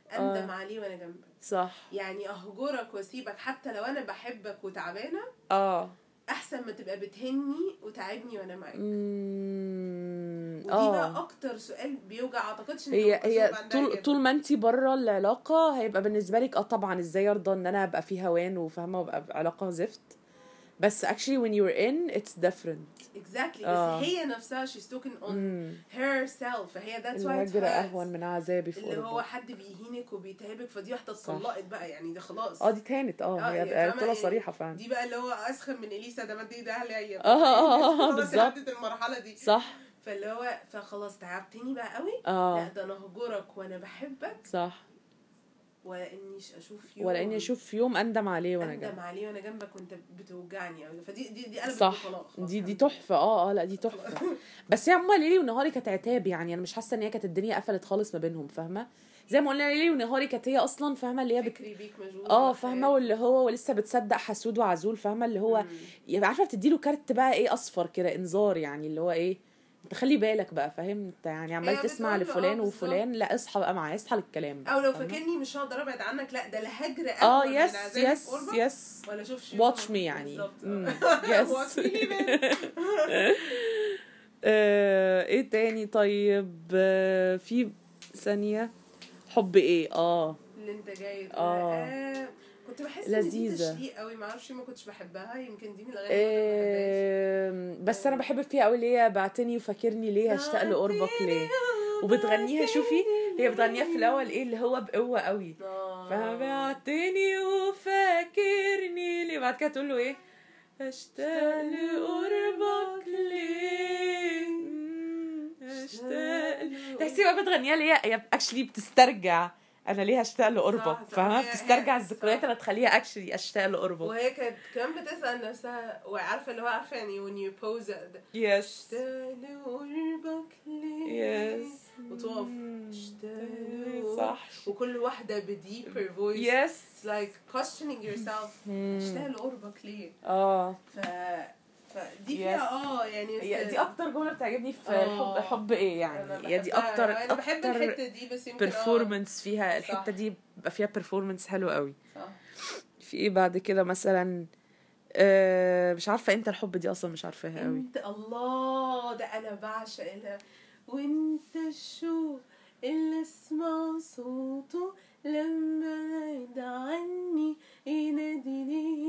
S2: اندم عليه وانا جنبك.
S1: صح.
S2: يعني اهجرك واسيبك حتى لو انا بحبك وتعبانه
S1: اه
S2: احسن ما تبقى بتهني وتعبني وانا معاك.
S1: امم
S2: ودي
S1: اه
S2: بقى اكتر سؤال بيوجع. اعتقدش ان
S1: هي
S2: أم كلثوم
S1: هي
S2: عندها
S1: طول
S2: إجابة.
S1: طول ما انتي بره العلاقه هيبقى بالنسبه لك اه طبعا ازاي ارضى ان انا ابقى في هوان وفاهمه وابقى بعلاقه زفت. بس actually when you're in it's different.
S2: exactly.
S1: آه.
S2: بس هي نفسها she's talking on
S1: مم.
S2: herself. فهي that's why it
S1: الهجر
S2: hurts.
S1: اهون من عذابي في
S2: اللي هو
S1: قربك.
S2: حد بيهينك وبيتعبك. فدي واحده
S1: صح.
S2: اتطلقت بقى يعني دي خلاص.
S1: اه دي تانت اه
S2: آه،
S1: هي
S2: يعني
S1: قالت
S2: فاهمة
S1: لها
S2: يعني
S1: صريحه فعلا.
S2: دي بقى اللي هو اسخن من اليسا ده مد ايدها عليا.
S1: اه اه اه
S2: خلاص
S1: بالظبط.
S2: عدت المرحله دي.
S1: صح.
S2: فاللي هو فخلاص تعبتني بقى قوي.
S1: اه
S2: لا ده انا هجرك وانا بحبك
S1: صح.
S2: ولا اني اشوف يوم
S1: ولا اني اشوف يوم اندم عليه وانا
S2: اندم
S1: جنبك.
S2: عليه وانا جنبك وانت بتوجعني قوي. فدي دي دي قلبت
S1: صح.
S2: بطلاق.
S1: دي دي تحفه اه اه لا دي تحفه. بس هي عموما ليلي ونهاري كانت عتاب يعني انا مش حاسه ان هي كانت الدنيا قفلت خالص ما بينهم فاهمه. زي ما قلنا ليلي ونهاري كانت هي اصلا فاهمه اللي هي بت...
S2: فكري بيك مجهول.
S1: اه فاهمه واللي هو ولسه بتصدق حسود وعزول فاهمه اللي هو يبقى عارفه بتديله كارت بقى ايه اصفر كده انذار يعني اللي هو ايه انت خلي بالك بقى فاهم انت يعني عمال
S2: هي
S1: تسمع
S2: بتقول له
S1: لفلان
S2: آه
S1: وفلان لا اصحى بقى معايا اصحى للكلام بقى
S2: او لو
S1: فاهمة؟
S2: فاكرني مش هقدر ابعد عنك. لا ده الهجر
S1: اه
S2: اهون من
S1: يس
S2: عذابي في
S1: يس
S2: قربك
S1: يس
S2: ولا اشوفش
S1: واتش مي يعني
S2: بالظبط.
S1: يس
S2: Watch me even.
S1: آه، ايه تاني طيب آه، في ثانية حب ايه اه
S2: اللي انت جاي تقول
S1: آه.
S2: آه. كنت بحس ان دي
S1: لذيذة.
S2: تشليق قوي. ما اعرفش ما كنتش بحبها. يمكن دي من الاغاني اللي ما بحبهاش.
S1: آه، بس انا بحب فيها قوي اللي هي بعتني وفاكرني ليه هشتاق لقربك ليه وبتغنيها شوفي هي بتغنيها في الاول ايه اللي هو بقوة قوي
S2: آه.
S1: فبعتني وفاكرني ليه بعد كده تقول له ايه اشتاق لقربك ليه مم، اشتاق تحسي بقى بتغنيها ليه هي اكشلي بتسترجع انا ليه اشتاق لقربك
S2: صح، صح.
S1: فاهمه
S2: هي-
S1: بتسترجع
S2: هي-
S1: الذكريات
S2: صح.
S1: اللي تخليها اكشلي اشتاق لقربك.
S2: وهي كانت كمان بتسأل نفسها وعارفة اللي هو عارفة يعني when you pose it.
S1: يس
S2: اشتاق لقربك ليه
S1: يس
S2: وتقف اشتاق
S1: صح
S2: وكل واحدة بديبر voice.
S1: يس
S2: It's like questioning yourself. اشتاق لقربك ليه.
S1: اه
S2: ف فدي فيها اه يعني
S1: هي
S2: بس-
S1: دي اكتر جمله بتعجبني في
S2: آه.
S1: الحب حب ايه
S2: أنا
S1: يعني هي دي
S2: بحبها.
S1: اكتر
S2: انا بحب
S1: اكتر
S2: الحتة دي بس يمكن اه
S1: performance فيها
S2: صح.
S1: الحته دي بيبقى فيها performance حلو قوي.
S2: صح.
S1: في ايه بعد كده مثلا آه مش عارفه انت الحب دي اصلا مش عارفاها قوي.
S2: انت الله ده انا بعشق لها. وانت الشوق اللي اسمع صوته لما بعيد عني يناديني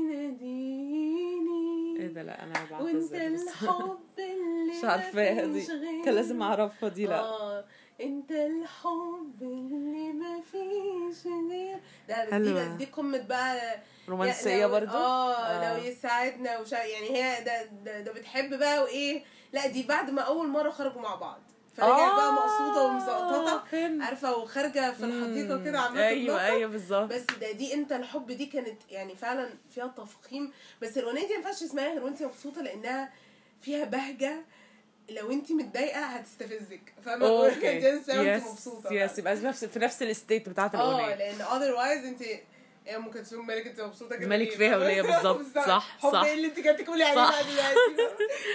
S2: يناديني.
S1: ايه ده لا انا
S2: وانت
S1: بعتذر بس
S2: الحب اللي
S1: مش عارفاها دي انت لازم اعرفها دي. لا
S2: اه انت الحب اللي ما فيش غير ده. بس دي
S1: حلوة.
S2: بس دي قمة بقى
S1: رومانسيه
S2: لو-
S1: برضو
S2: اه,
S1: آه.
S2: لو يساعدنا وشا يعني هي ده, ده ده بتحب بقى وايه. لا دي بعد ما اول مرة خرجوا مع بعض فرجعت
S1: آه.
S2: بقى مقصودة ومزقططة
S1: فهمت.
S2: عارفة وخارجة في الحديقة كده عمالة
S1: ايوه
S2: تتنطط.
S1: ايوه بالظبط.
S2: بس ده دي انت الحب دي كانت يعني فعلا فيها تفخيم. بس الاغنيه دي ما ينفعش تسمعيها غير وانت مبسوطه لانها فيها بهجه. لو انت متضايقه هتستفزك فاهمه.
S1: اوكي
S2: انت وانت مبسوطه
S1: يس يبقى في نفس في نفس الستيت بتاعت الاغنيه.
S2: اه لان otherwise انت يا ام كلثوم مالك انت مبسوطه كده
S1: مالك
S2: ليه؟
S1: فيها وليه بالظبط. صح
S2: حب
S1: صح
S2: ايه اللي انت جايه تقولي عليه
S1: صح.
S2: بقى دلوقتي.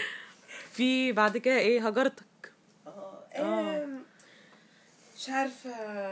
S1: في بعد كده ايه هجرتك
S2: اه آم، مش عارفه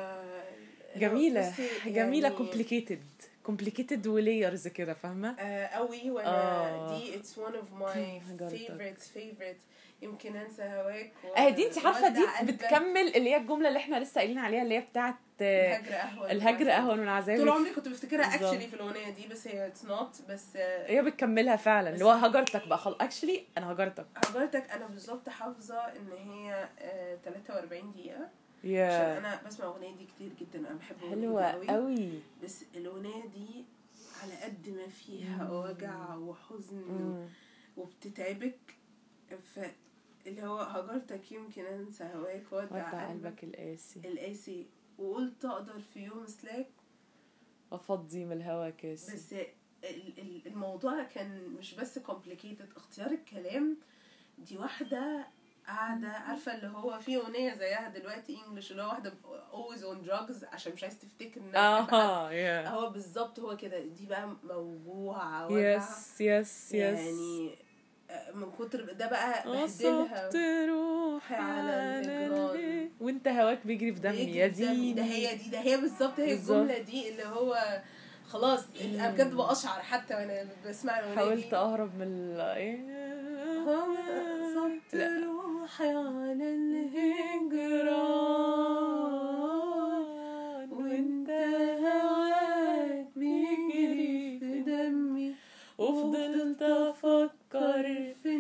S1: جميله
S2: بصي
S1: جميله
S2: يعني-
S1: complicated complicated ولايرز كده فاهمه.
S2: آه قوي وانا
S1: آه.
S2: دي it's one of my
S1: هجرتك.
S2: favorites favorite يمكن انسى هواك و...
S1: اه دي انت عارفه دي
S2: وودع قلبك.
S1: بتكمل اللي هي الجمله اللي احنا لسه قايلين عليها اللي هي بتاعت آه،
S2: الهجر اهون
S1: الهجر اهون من عذابي.
S2: طول عمري كنت بفتكرها
S1: بالظبط.
S2: اكشلي في الاغنيه دي بس هي اتس نوت. بس آه،
S1: هي بتكملها فعلا اللي هو هجرتك بقى خلاص اكشلي انا هجرتك.
S2: هجرتك انا بالظبط حافظه ان هي آه، ثلاثة وأربعين دقيقه عشان
S1: يا
S2: انا بسمع الاغنيه دي كتير جدا. انا بحب الأغنية
S1: حلوه
S2: دي قوي.
S1: قوي.
S2: بس الاغنيه دي على قد ما فيها وجع وحزن
S1: مم.
S2: وبتتعبك ف اللي هو هجرتك يمكن انسى هواك
S1: ودع
S2: وودع قلبك
S1: قلبك القاسي
S2: القاسي وقلت اقدر في يوم سلاك.
S1: افضي من الهوا كاسي.
S2: بس ال- ال- الموضوع كان مش بس complicated. اختيار الكلام دي واحدة قاعدة عارفة اللي هو في أغنية زيها دلوقتي انجلش اللي هو واحدة always on drugs عشان مش عايز تفتكر انها بتحب حد.
S1: اه يا
S2: هو بالظبط هو كده. دي بقى موجوعة وجع
S1: يس يس يس
S2: يعني من كتر ده بقى
S1: بهدلها
S2: روحي على الجران
S1: وانت هواك بيجري في دمي يا دي.
S2: ده هي دي ده هي بالظبط هي الجمله دي اللي هو خلاص انا بجد بقشعر حتى وانا بسمع الاغنيه.
S1: حاولت اهرب من ايه
S2: صبت روحي على الهجران وانت هواك بيجري في دمي وفضلت افكر في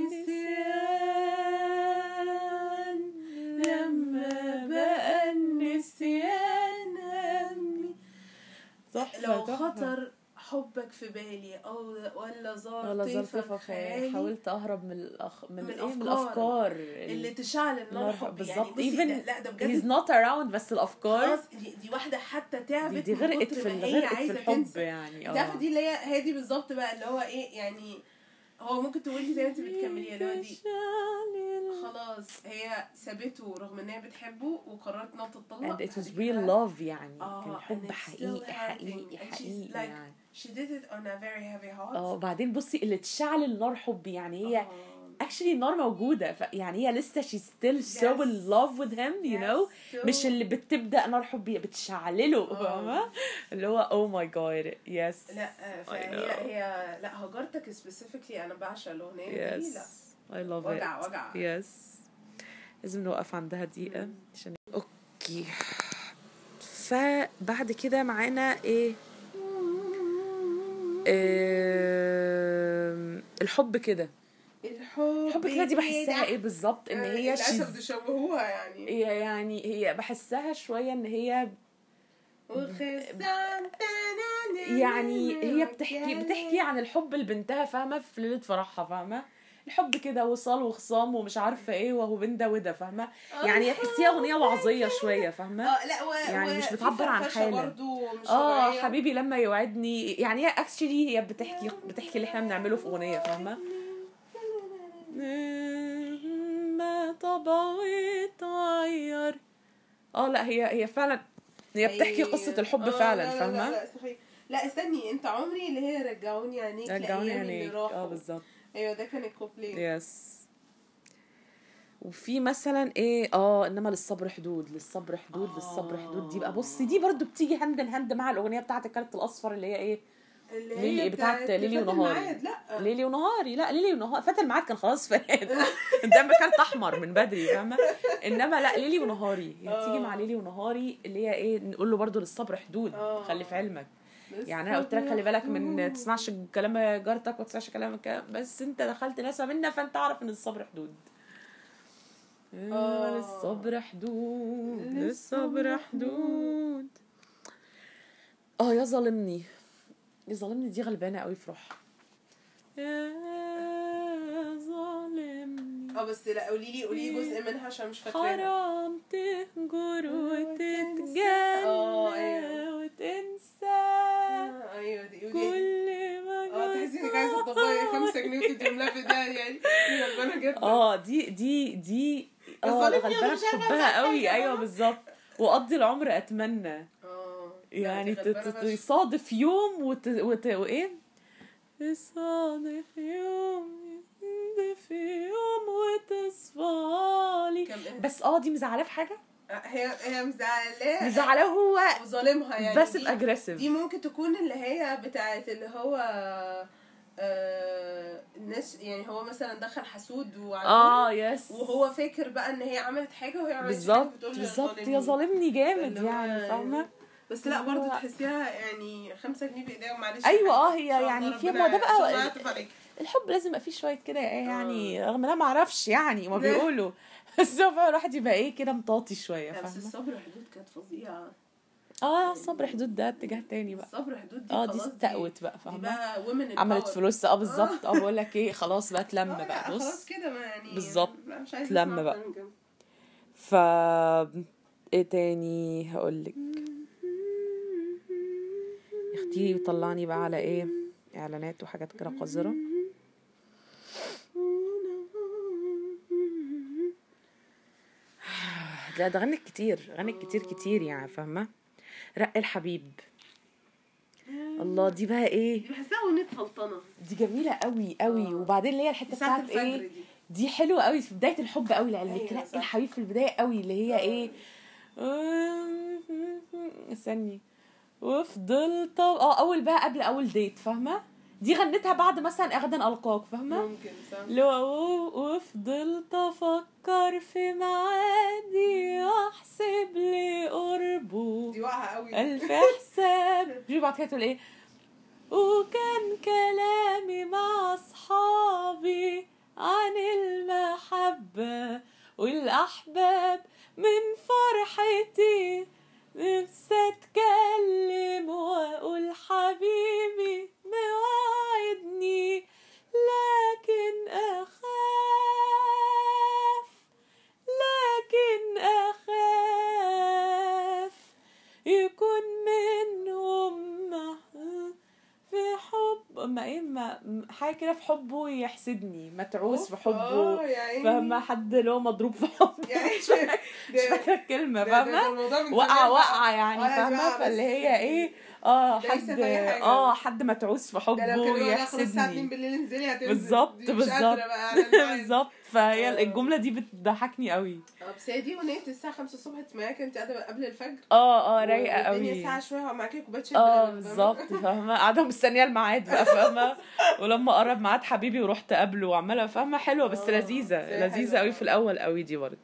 S2: النسيان لما بقى النسيان همي. لو خطر حبك في بالي او ولا زار طيفة خيالي
S1: حاولت اهرب من الأخ... من,
S2: من,
S1: إيه؟ من
S2: الافكار اللي تشعل النار حبي.
S1: بالظبط.
S2: يعني لا ده
S1: بجد he's not around بس الافكار
S2: خلاص دي, دي واحده حتى تعبت
S1: دي, دي غرقت في
S2: الغرقت
S1: في الحب يعني.
S2: اه دي اللي هي هي دي بالظبط بقى اللي هو ايه يعني هو ممكن تقولي زي ما انت بتكمليها اللي هو دي خلاص هي سابته رغم ان هي بتحبه وقررت انها تطلق
S1: and it was real love يعني آه كان حب حقيقي حقيقي حقيقي like يعني
S2: she did it on a very heavy heart.
S1: اه بعدين بصي اللي تشعل النار حب يعني هي actually النار موجودة يعني هي لسه she still yes. so in love with him you yes. know so مش اللي بتبدأ نار حب بتشعلله فاهمة اللي هو oh my god yes.
S2: لا فهي هي لا هجرتك specifically أنا بعشق الأغنية
S1: yes.
S2: دي. لا
S1: I love
S2: وجع
S1: it
S2: وجع
S1: yes. لازم نوقف عندها دقيقة عشان اوكي. فبعد كده معانا ايه, إيه الحب كده
S2: الحب
S1: الحب كده دي بحسها ايه بالظبط ان هي
S2: للاسف بيشوهوها يعني
S1: هي يعني هي بحسها شويه ان هي يعني هي بتحكي بتحكي عن الحب لبنتها فاهمه في ليله فرحها فاهمه الحب كده وصال وخصام ومش عارفه ايه وهو بين ده وده فاهمه يعني تحسيها اغنيه وعظيه شويه فاهمه
S2: اه لا و...
S1: يعني مش بتعبر عن حاله اه حبيبي لما يوعدني يعني هي اكشلي هي بتحكي بتحكي اللي احنا بنعمله في اغنيه فاهمه ما طبعي اتغير اه لا هي هي فعلا هي بتحكي قصه الحب فعلا فاهمه.
S2: لا, لا, لا, لا استني انت عمري اللي هي رجعوني عينيك
S1: رجعوني عينيك اه بالظبط
S2: ايوه ده كان الكوبليه
S1: يس. وفي مثلا ايه اه انما للصبر حدود للصبر حدود آه. للصبر حدود دي بقى بصي دي برضو بتيجي هند هند مع الاغنيه بتاعه الكارت الاصفر اللي هي ايه اللي هي بتاعت ليلي ونهاري.
S2: لا
S1: ليلي ونهاري لا ليلي ونهاري فات الميعاد كان خلاص فات ده كان احمر من بدري فاهمه انما لا ليلي ونهاري هي تيجي مع ليلي ونهاري اللي هي ايه نقول له برضو للصبر حدود أوه. خلي في علمك يعني انا قلت لك خلي بالك من تسمعش كلام جارتك وتسمعش كلامك بس انت دخلت ناس منا فانت عارف ان الصبر حدود آه. للصبر حدود للصبر حدود اه يا ظالمني يا ظالمني دي غلبانه قوي في روحها يا ظالمني
S2: اه بس لا قولي لي قولي لي جزء منها عشان مش فاكراها.
S1: حرام تهجر وتتجنن
S2: اه ايوه
S1: وتنسى
S2: اه ايوه دي
S1: كل ما
S2: اه تحسي انك عايزه تطبقي خمسة جنيه وتديهم لها في ده يعني غلبانه جدا.
S1: اه دي دي دي اه غلبانه بحبها قوي ايوه بالظبط وقضي العمر اتمنى يعني تصادف يوم وت... وت... وايه تصادف يوم في يوم وتصفالي بس اه دي مزعلاه في حاجه
S2: هي هي مزعلاه
S1: مزعلاه هو
S2: وظالمها يعني
S1: بس اجريسيف
S2: دي ممكن تكون اللي هي بتاعت اللي هو آه الناس يعني هو مثلا دخل حسود وعزوز
S1: اه يس
S2: وهو فاكر بقى ان هي عملت حاجه وهي عملت
S1: بالظبط بالظبط يا ظالمني جامد يعني فاهمه
S2: بس لا برضو تحسيها يعني خمسة جنيه بايديها ومعلش
S1: ايوه اه هي يعني في ما ده بقى الحب لازم يبقى فيه شويه كده يعني رغم انا ما اعرفش يعني ما بيقولوا بس الواحد يبقى ايه كده مطاطي شويه فاهمه.
S2: بس الصبر حدود كانت فظيعه
S1: اه الصبر حدود ده اتجاه تاني بقى
S2: الصبر حدود دي
S1: اه دي استقوت بقى فاهمه
S2: عملت
S1: فلوس اه بالظبط اه بقول لك ايه خلاص بقى تلم بقى بص
S2: خلاص كده ما يعني
S1: بالظبط تلم بقى ف ايه تاني هقول لك اختي طلعني بقى على ايه اعلانات وحاجات كده قذره. لا ده غنت كتير غنت كتير كتير يعني فاهمه. رق الحبيب الله دي بقى ايه،
S2: دي بحسها اغنيه سلطنه،
S1: دي جميله قوي قوي.
S2: آه.
S1: وبعدين اللي هي الحته
S2: ساعة
S1: بتاعت ايه
S2: الفجر دي
S1: دي حلوه قوي في بدايه الحب قوي لعلمك.
S2: أيوة
S1: تلاقي
S2: صح.
S1: الحبيب في البدايه قوي اللي هي
S2: آه.
S1: ايه استني وفضلت اه اول بقى قبل اول ديت فاهمه، دي غنتها بعد مثلا اغدا القاك فاهمه،
S2: ممكن صح.
S1: لو وفضلت افكر في معادي واحسب لي قربه
S2: دي واقعه قوي
S1: الف حساب. شوفي بعد كده تقول ايه، وكان كلامي مع اصحابي عن المحبة والاحباب، من فرحتي نفسي اتكلم واقول حبيبي موعدني، لكن اخاف لكن اخاف يكون منهم في حب ما ايه ما حاجه كده في حبه يحسدني، متعوس في حبه فاهمه، حد اللي هو مضروب في حبه
S2: يعني
S1: مش فاكره الكلمه فاهمه، وقعه وقعه يعني فاهمه، فاللي هي ايه اه حد اه حد متعوس في حبه يحسدني بالظبط بالظبط بالظبط. فهي الجمله دي بتضحكني قوي.
S2: اه بس هي دي اغنيه الساعه خمسة الصبح تسمعيها انت قاعده قبل الفجر،
S1: اه اه رايقه قوي،
S2: الدنيا ساعه شويه ومعاكي كوبايه شاي
S1: اه بالظبط فاهمه، قاعده مستنيه الميعاد بقى فاهمه، ولما قرب ميعاد حبيبي ورحت قبله وعماله فاهمه حلوه بس لذيذه لذيذه قوي في الاول قوي دي برضه.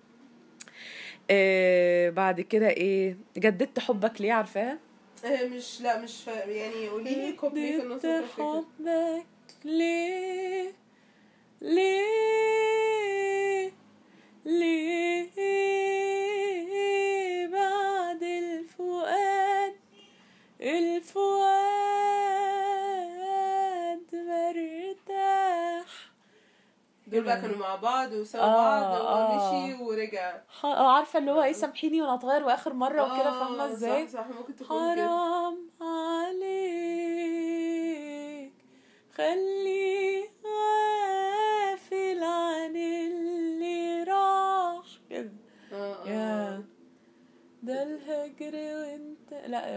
S1: آه بعد كده ايه جددت حبك ليه عارفاها؟
S2: آه مش لا مش ف... يعني قولي لي كوبلي في النص.
S1: جددت حبك ليه ليه ليه بعد الفؤاد الفؤاد مرتاح.
S2: دول بقى كانوا مع بعض وسوا آه بعض ومشي آه ورجع.
S1: اه عارفه اللي هو ايه سامحيني وانا اتغير واخر مره آه وكده فاهمه ازاي.
S2: صح صح ممكن تكون
S1: حرام عليك خلي غافل عن اللي راح كده.
S2: اه
S1: اه ده الهجر وانت لا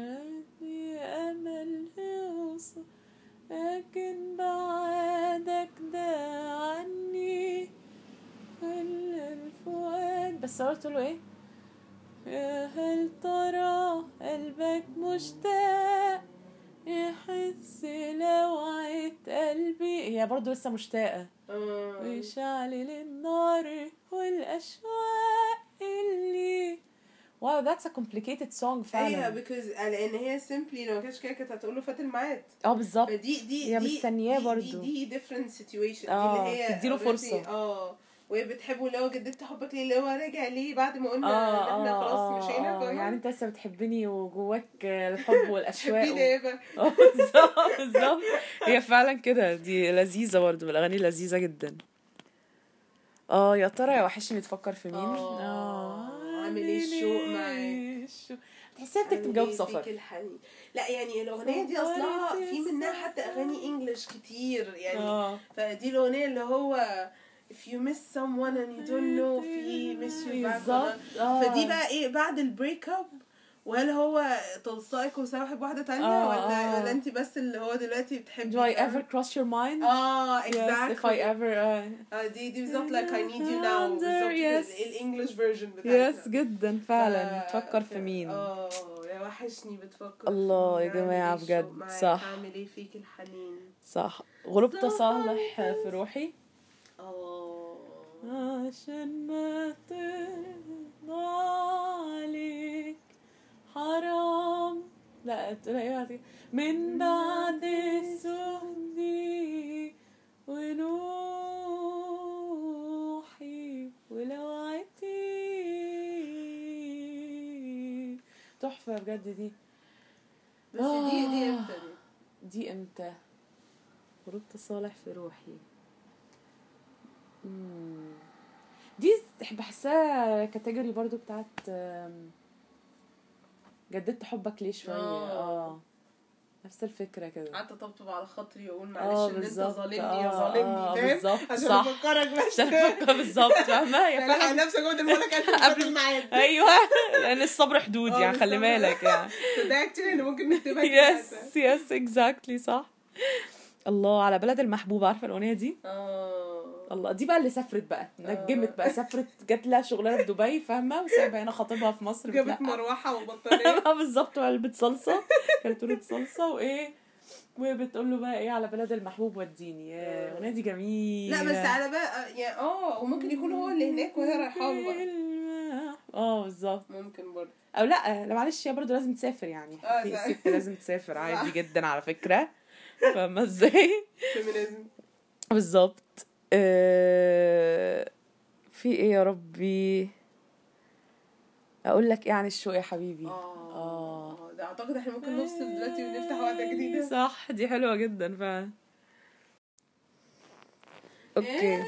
S1: امل يوصل لكن بعدك ده عني كل الفؤاد. بس قلت له ايه يا هل ترى قلبك مشتاق يحس لوعة قلبي، هي برضو لسه مشتاقة ويشعل النار والأشواق اللي واو that's a complicated song فعلا.
S2: ايوه because لان هي simply لو ما كانش كده كانت هتقول له فات الميعاد.
S1: اه بالظبط
S2: فدي دي
S1: هي مستنياه برضو
S2: دي دي different situation.
S1: اه
S2: دي اللي هي
S1: تديله فرصة
S2: اه وهي بتحبه اللي هو جددت حبك ليه اللي هو راجع ليه بعد ما قلنا
S1: آه
S2: ان احنا
S1: آه
S2: خلاص مشينا
S1: آه
S2: فاهمه
S1: يعني انت لسه بتحبني وجواك الحب والاشواق
S2: تحبيني ايه بقى
S1: بالظبط بالظبط. هي فعلا كده دي لذيذه برضه من الاغاني لذيذه جدا. اه يا ترى يا وحشني تفكر في مين.
S2: اه عامل ايه الشوق معاك
S1: تحسيها بتكتب جواب سفر.
S2: لا يعني الاغنيه دي اصلها في منها حتى اغاني انجلش كتير يعني آه. فدي الاغنيه اللي هو if you miss someone and you don't know في miss you back آه. فدي بقى ايه بعد البريك اب، وهل هو تلصقك وساحب واحدة تانية آه ولا آه. ولا انت بس اللي هو دلوقتي بتحبي
S1: do I ever cross your mind
S2: اه exactly
S1: yes, if I ever
S2: اه uh, دي دي بالظبط like I need you now بالظبط yes. الانجلش فيرجن بتاعتها
S1: yes جدا فعلا. ف... تفكر في مين
S2: اه يا وحشني بتفكر
S1: الله يا جماعة بجد صح.
S2: عامل ايه فيك الحنين صح.
S1: غربت صالح في روحي
S2: اه
S1: عشان ما ترضى عليك حرام لا تلاقيها من بعد سهدي ونوحي ولوعتي تحفة بجد دي.
S2: بس آه دي دي امتى
S1: دي دي امتى غربت صالح في روحي. مم. دي بحسها كاتيجوري برضو بتاعت جددت حبك ليه شويه. اه نفس الفكره كده.
S2: قعدت اطبطب على خاطري واقول
S1: اه
S2: معلش ان انت
S1: بالظبط
S2: ظالمني يا
S1: اه
S2: ظالمني،
S1: اه
S2: فاهم؟
S1: بالظبط
S2: عشان
S1: صح
S2: افكرك بس
S1: عشان افكر بالظبط فاهمه يا
S2: يعني
S1: فعلا
S2: نفسك قلت المولك الف قبل الميعاد.
S1: ايوه لان الصبر حدود
S2: اه
S1: يعني خلي
S2: بالظبط.
S1: بالك يعني
S2: ده اكتشلي ان ممكن نكتبها كده.
S1: يس يس اكزاكتلي صح. الله على بلد المحبوب، عارفه الاغنيه دي؟
S2: اه
S1: الله دي بقى اللي سافرت بقى نجمت بقى، سافرت جات لها شغلانه في دبي فاهمه، وسايبه هنا خطيبها في مصر
S2: جابت
S1: بتلقى.
S2: مروحه وبطاريه
S1: اه بالظبط، وعلبه صلصه كرتونه صلصه وايه، وبتقول له بقى ايه على بلد المحبوب وديني. يا الاغنيه دي جميله.
S2: لا بس على بقى يعني اه وممكن يكون هو اللي هناك وهي رايحه له بقى.
S1: اه بالظبط
S2: ممكن برضه
S1: او لا لا معلش هي برضه لازم تسافر يعني،
S2: اه
S1: في
S2: صح.
S1: ست لازم تسافر عادي جدا على فكره، فاهمه ازاي؟
S2: فيمينيزم
S1: بالظبط. آه، في ايه يا ربي اقول لك ايه عن الشوق يا حبيبي؟
S2: اه
S1: اه
S2: ده اعتقد احنا ممكن نفصل دلوقتي ونفتح واحده جديده.
S1: صح دي حلوه جدا فعلا. اوكي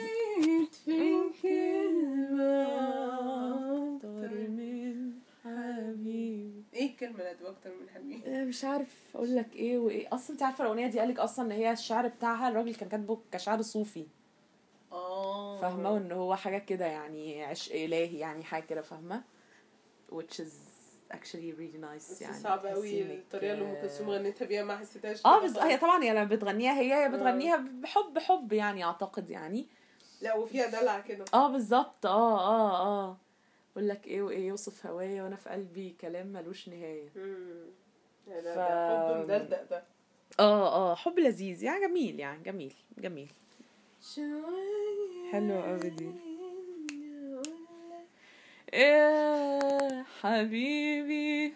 S2: ايه الكلمه اللي هتبقى اكتر من حبيبي؟
S1: مش عارف اقول لك ايه وايه. اصلا انت عارفه الاغنيه دي قالك اصلا ان هي الشعر بتاعها الراجل كان كاتبه كشعر صوفي،
S2: اه
S1: فاهمه، وان هو حاجه كده يعني عشق الهي يعني حاجه كده فاهمه، which is actually really nice
S2: بس
S1: يعني.
S2: صعب قوي الطريقه اللي ام كلثوم غنتها بيها، ما حسيتهاش
S1: اه
S2: كده
S1: بس
S2: خالص.
S1: هي طبعا هي لما بتغنيها هي هي بتغنيها بحب حب يعني اعتقد يعني.
S2: لا وفيها دلع كده.
S1: اه بالظبط اه اه اه اقول لك ايه وايه يوصف هوايا وانا في قلبي كلام ملوش نهايه.
S2: امم ده
S1: ف...
S2: ده حب مدلدق ده.
S1: اه اه حب لذيذ يعني جميل يعني جميل جميل حلو قوي دي. يا حبيبي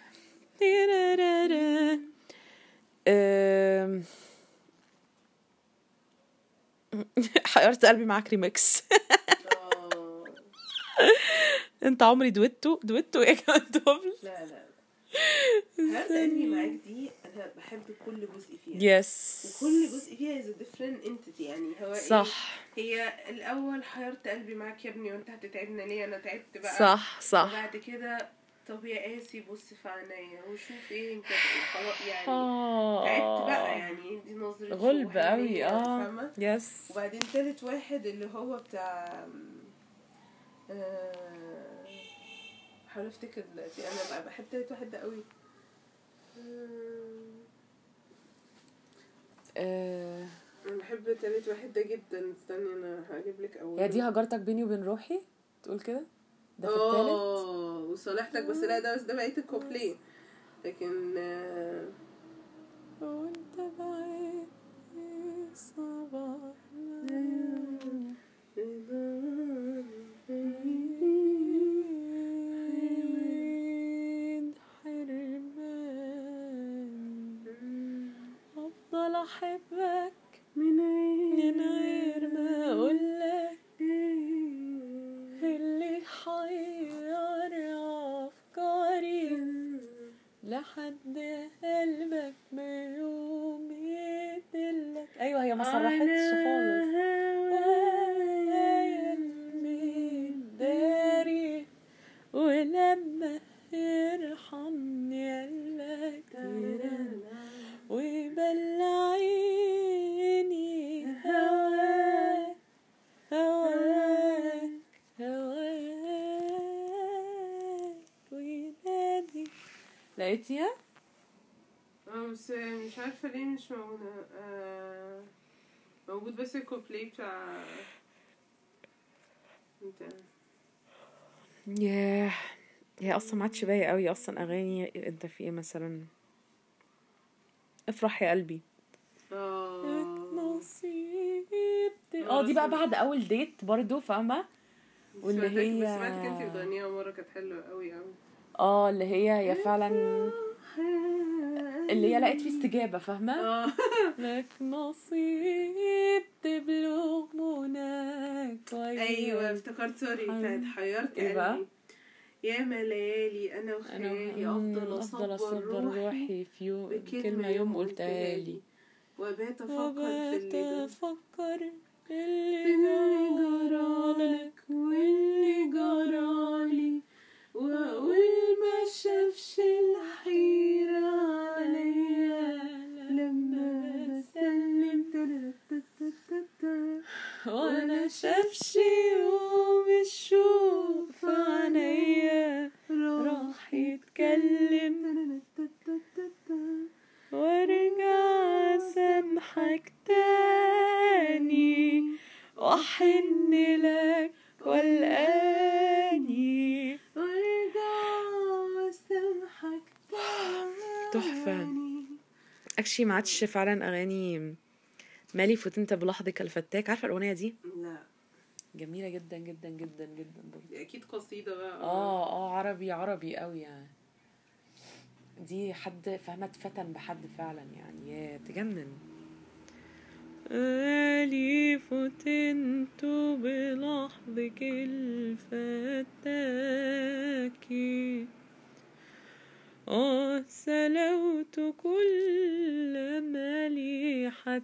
S1: أم... حيرت قلبي معاك ريميكس. انت عمري دويتو دويتو ايه كمان دوبل.
S2: لا لا حيرت قلبي معاك دي انا بحب كل جزء فيها.
S1: يس
S2: وكل جزء فيها is a different entity يعني. هو
S1: صح
S2: إيه؟ هي الاول حيرت قلبي معاك يا ابني وانت هتتعبنا ليه، انا تعبت بقى.
S1: صح صح.
S2: وبعد كده طب يا قاسي بص في عينيا وشوف ايه انت خلاص يعني تعبت بقى يعني دي نظرة
S1: غلب قوي اه
S2: فاهمة.
S1: يس.
S2: وبعدين تالت واحد اللي هو بتاع أه... حاول افتكر دلوقتي انا بقى بحب تالت واحد ده قوي.
S1: أه...
S2: انا بحب تالت واحد ده جدا. استني انا هجيب لك اول.
S1: يا دي هجرتك بيني وبين روحي تقول كده ده في التالت.
S2: اه وصالحتك بس لا ده بس ده بقيت الكوبليه لكن آه...
S1: وانت بعيد صباح افضل احبك من غير ما اقولك اللي حير افكاري لحد قلبك بيوم يدلك. ايوه هي ما صرحتش خالص. داري ولما يرحمني قلبك وبلعيني هواك هواك هواك وينادي. لقيتيها؟
S2: اه بس مش عارفة ليه مش موجودة. آه... موجود بس الكوبليه بتاع انت.
S1: ياه هي اصلا ما عادش باقي قوي اصلا اغاني. انت في ايه مثلا؟ افرح يا قلبي.
S2: اه
S1: اه دي بقى بعد اول ديت برضو فاهمه، واللي هي
S2: بس سمعتك انت بتغنيها مره كانت حلوه قوي قوي.
S1: اه اللي هي هي فعلا اللي هي لقيت في استجابه فاهمه. لك نصيب تبلغ مناك.
S2: ايوه افتكرت سوري بتاعت حيرت قلبي. يا ملالي انا وخيالي افضل اصبر روحي
S1: في يوم كلمه يوم قلتها لي
S2: وبات افكر في اللي
S1: بفكر اللي جرالك واللي جرالي واقول ما شافش الحيرة عليا وانا شافش يوم الشوق في عينيا راح يتكلم وارجع سامحك تاني واحن لك والاني
S2: وارجع سامحك تاني.
S1: تحفة. اكشي ما عادش فعلا اغاني مالي فوت انت بلحظك الفتاك. عارفه الاغنيه دي؟
S2: لا
S1: جميله جدا جدا جدا جدا برضه.
S2: دي اكيد قصيده بقى.
S1: اه اه عربي عربي قوي يعني. دي حد فهمت فتن بحد فعلا يعني. يا تجنن. مالي فوت انت بلحظك الفتاك اه سلوت كل مليحة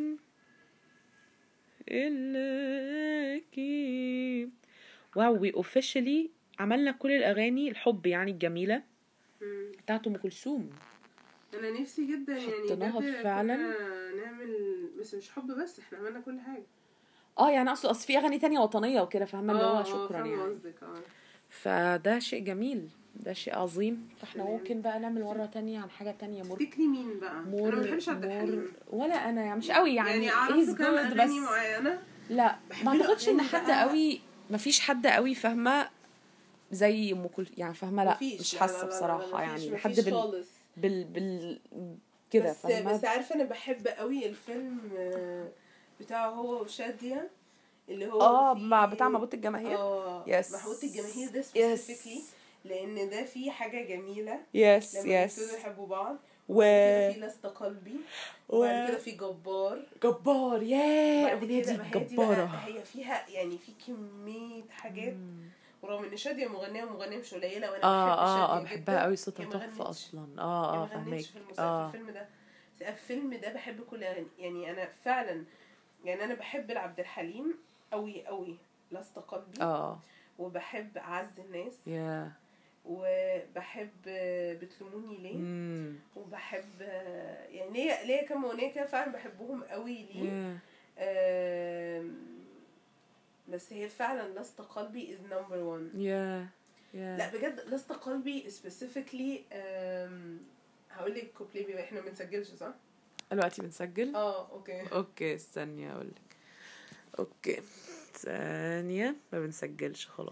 S1: إلاكي. واو وي اوفيشلي عملنا كل الاغاني الحب يعني الجميله بتاعت ام كلثوم.
S2: انا نفسي جدا يعني
S1: حطيناها فعلا
S2: نعمل بس مش حب بس احنا عملنا كل حاجه.
S1: اه يعني اصل اصل في اغاني تانية وطنيه وكده فاهمه اللي هو شكرا يعني.
S2: قصدك اه.
S1: فده شيء جميل ده شيء عظيم. فاحنا ممكن بقى نعمل مره تانية عن حاجه تانية. مور
S2: تفتكري مين بقى؟
S1: مور
S2: انا ما بحبش عبد الحليم
S1: ولا انا يعني مش قوي يعني,
S2: يعني اعرف كام اغاني
S1: بس
S2: معينه.
S1: لا ما اعتقدش ان حد قوي ما فيش حد قوي فاهمه زي ام كلثوم يعني فاهمه. لا مش حاسه بصراحه يعني حد بال بال بال كده فاهمه.
S2: بس عارفه انا بحب قوي الفيلم بتاعه هو وشاديه اللي هو
S1: اه مع بتاع مبهوت الجماهير.
S2: اه
S1: يس
S2: مبهوت الجماهير ده سبيسيفيكلي لان ده فيه حاجه جميله.
S1: يس
S2: لما
S1: يس
S2: يبتدوا يحبوا بعض
S1: و
S2: وبعد كده في لست قلبي وبعد كده في جبار.
S1: جبار يا الاغنيه دي جباره.
S2: هي فيها يعني في كميه حاجات ورغم ان شاديه مغنيه ومغنيه مش قليله وانا
S1: آه
S2: بحب شاديه
S1: اه اه بحبها قوي صوتها
S2: جدا.
S1: تحفه اصلا. اه اه فهمك.
S2: في, آه. في الفيلم ده الفيلم ده بحب كل يعني انا فعلا يعني انا بحب العبد الحليم قوي قوي لست قلبي.
S1: اه
S2: وبحب اعز الناس.
S1: يا yeah.
S2: وبحب بتلوموني ليه.
S1: mm.
S2: وبحب يعني ليه ليه كم اغنيه كده فعلا بحبهم قوي ليه.
S1: yeah.
S2: آه بس هي فعلا لست قلبي is number one.
S1: yeah. yeah.
S2: لا بجد لست قلبي specifically. هقول لك كوبليه بما احنا ما بنسجلش صح؟
S1: دلوقتي بنسجل.
S2: اه اوكي
S1: اوكي استني اقول لك. اوكي ثانيه ما بنسجلش خلاص.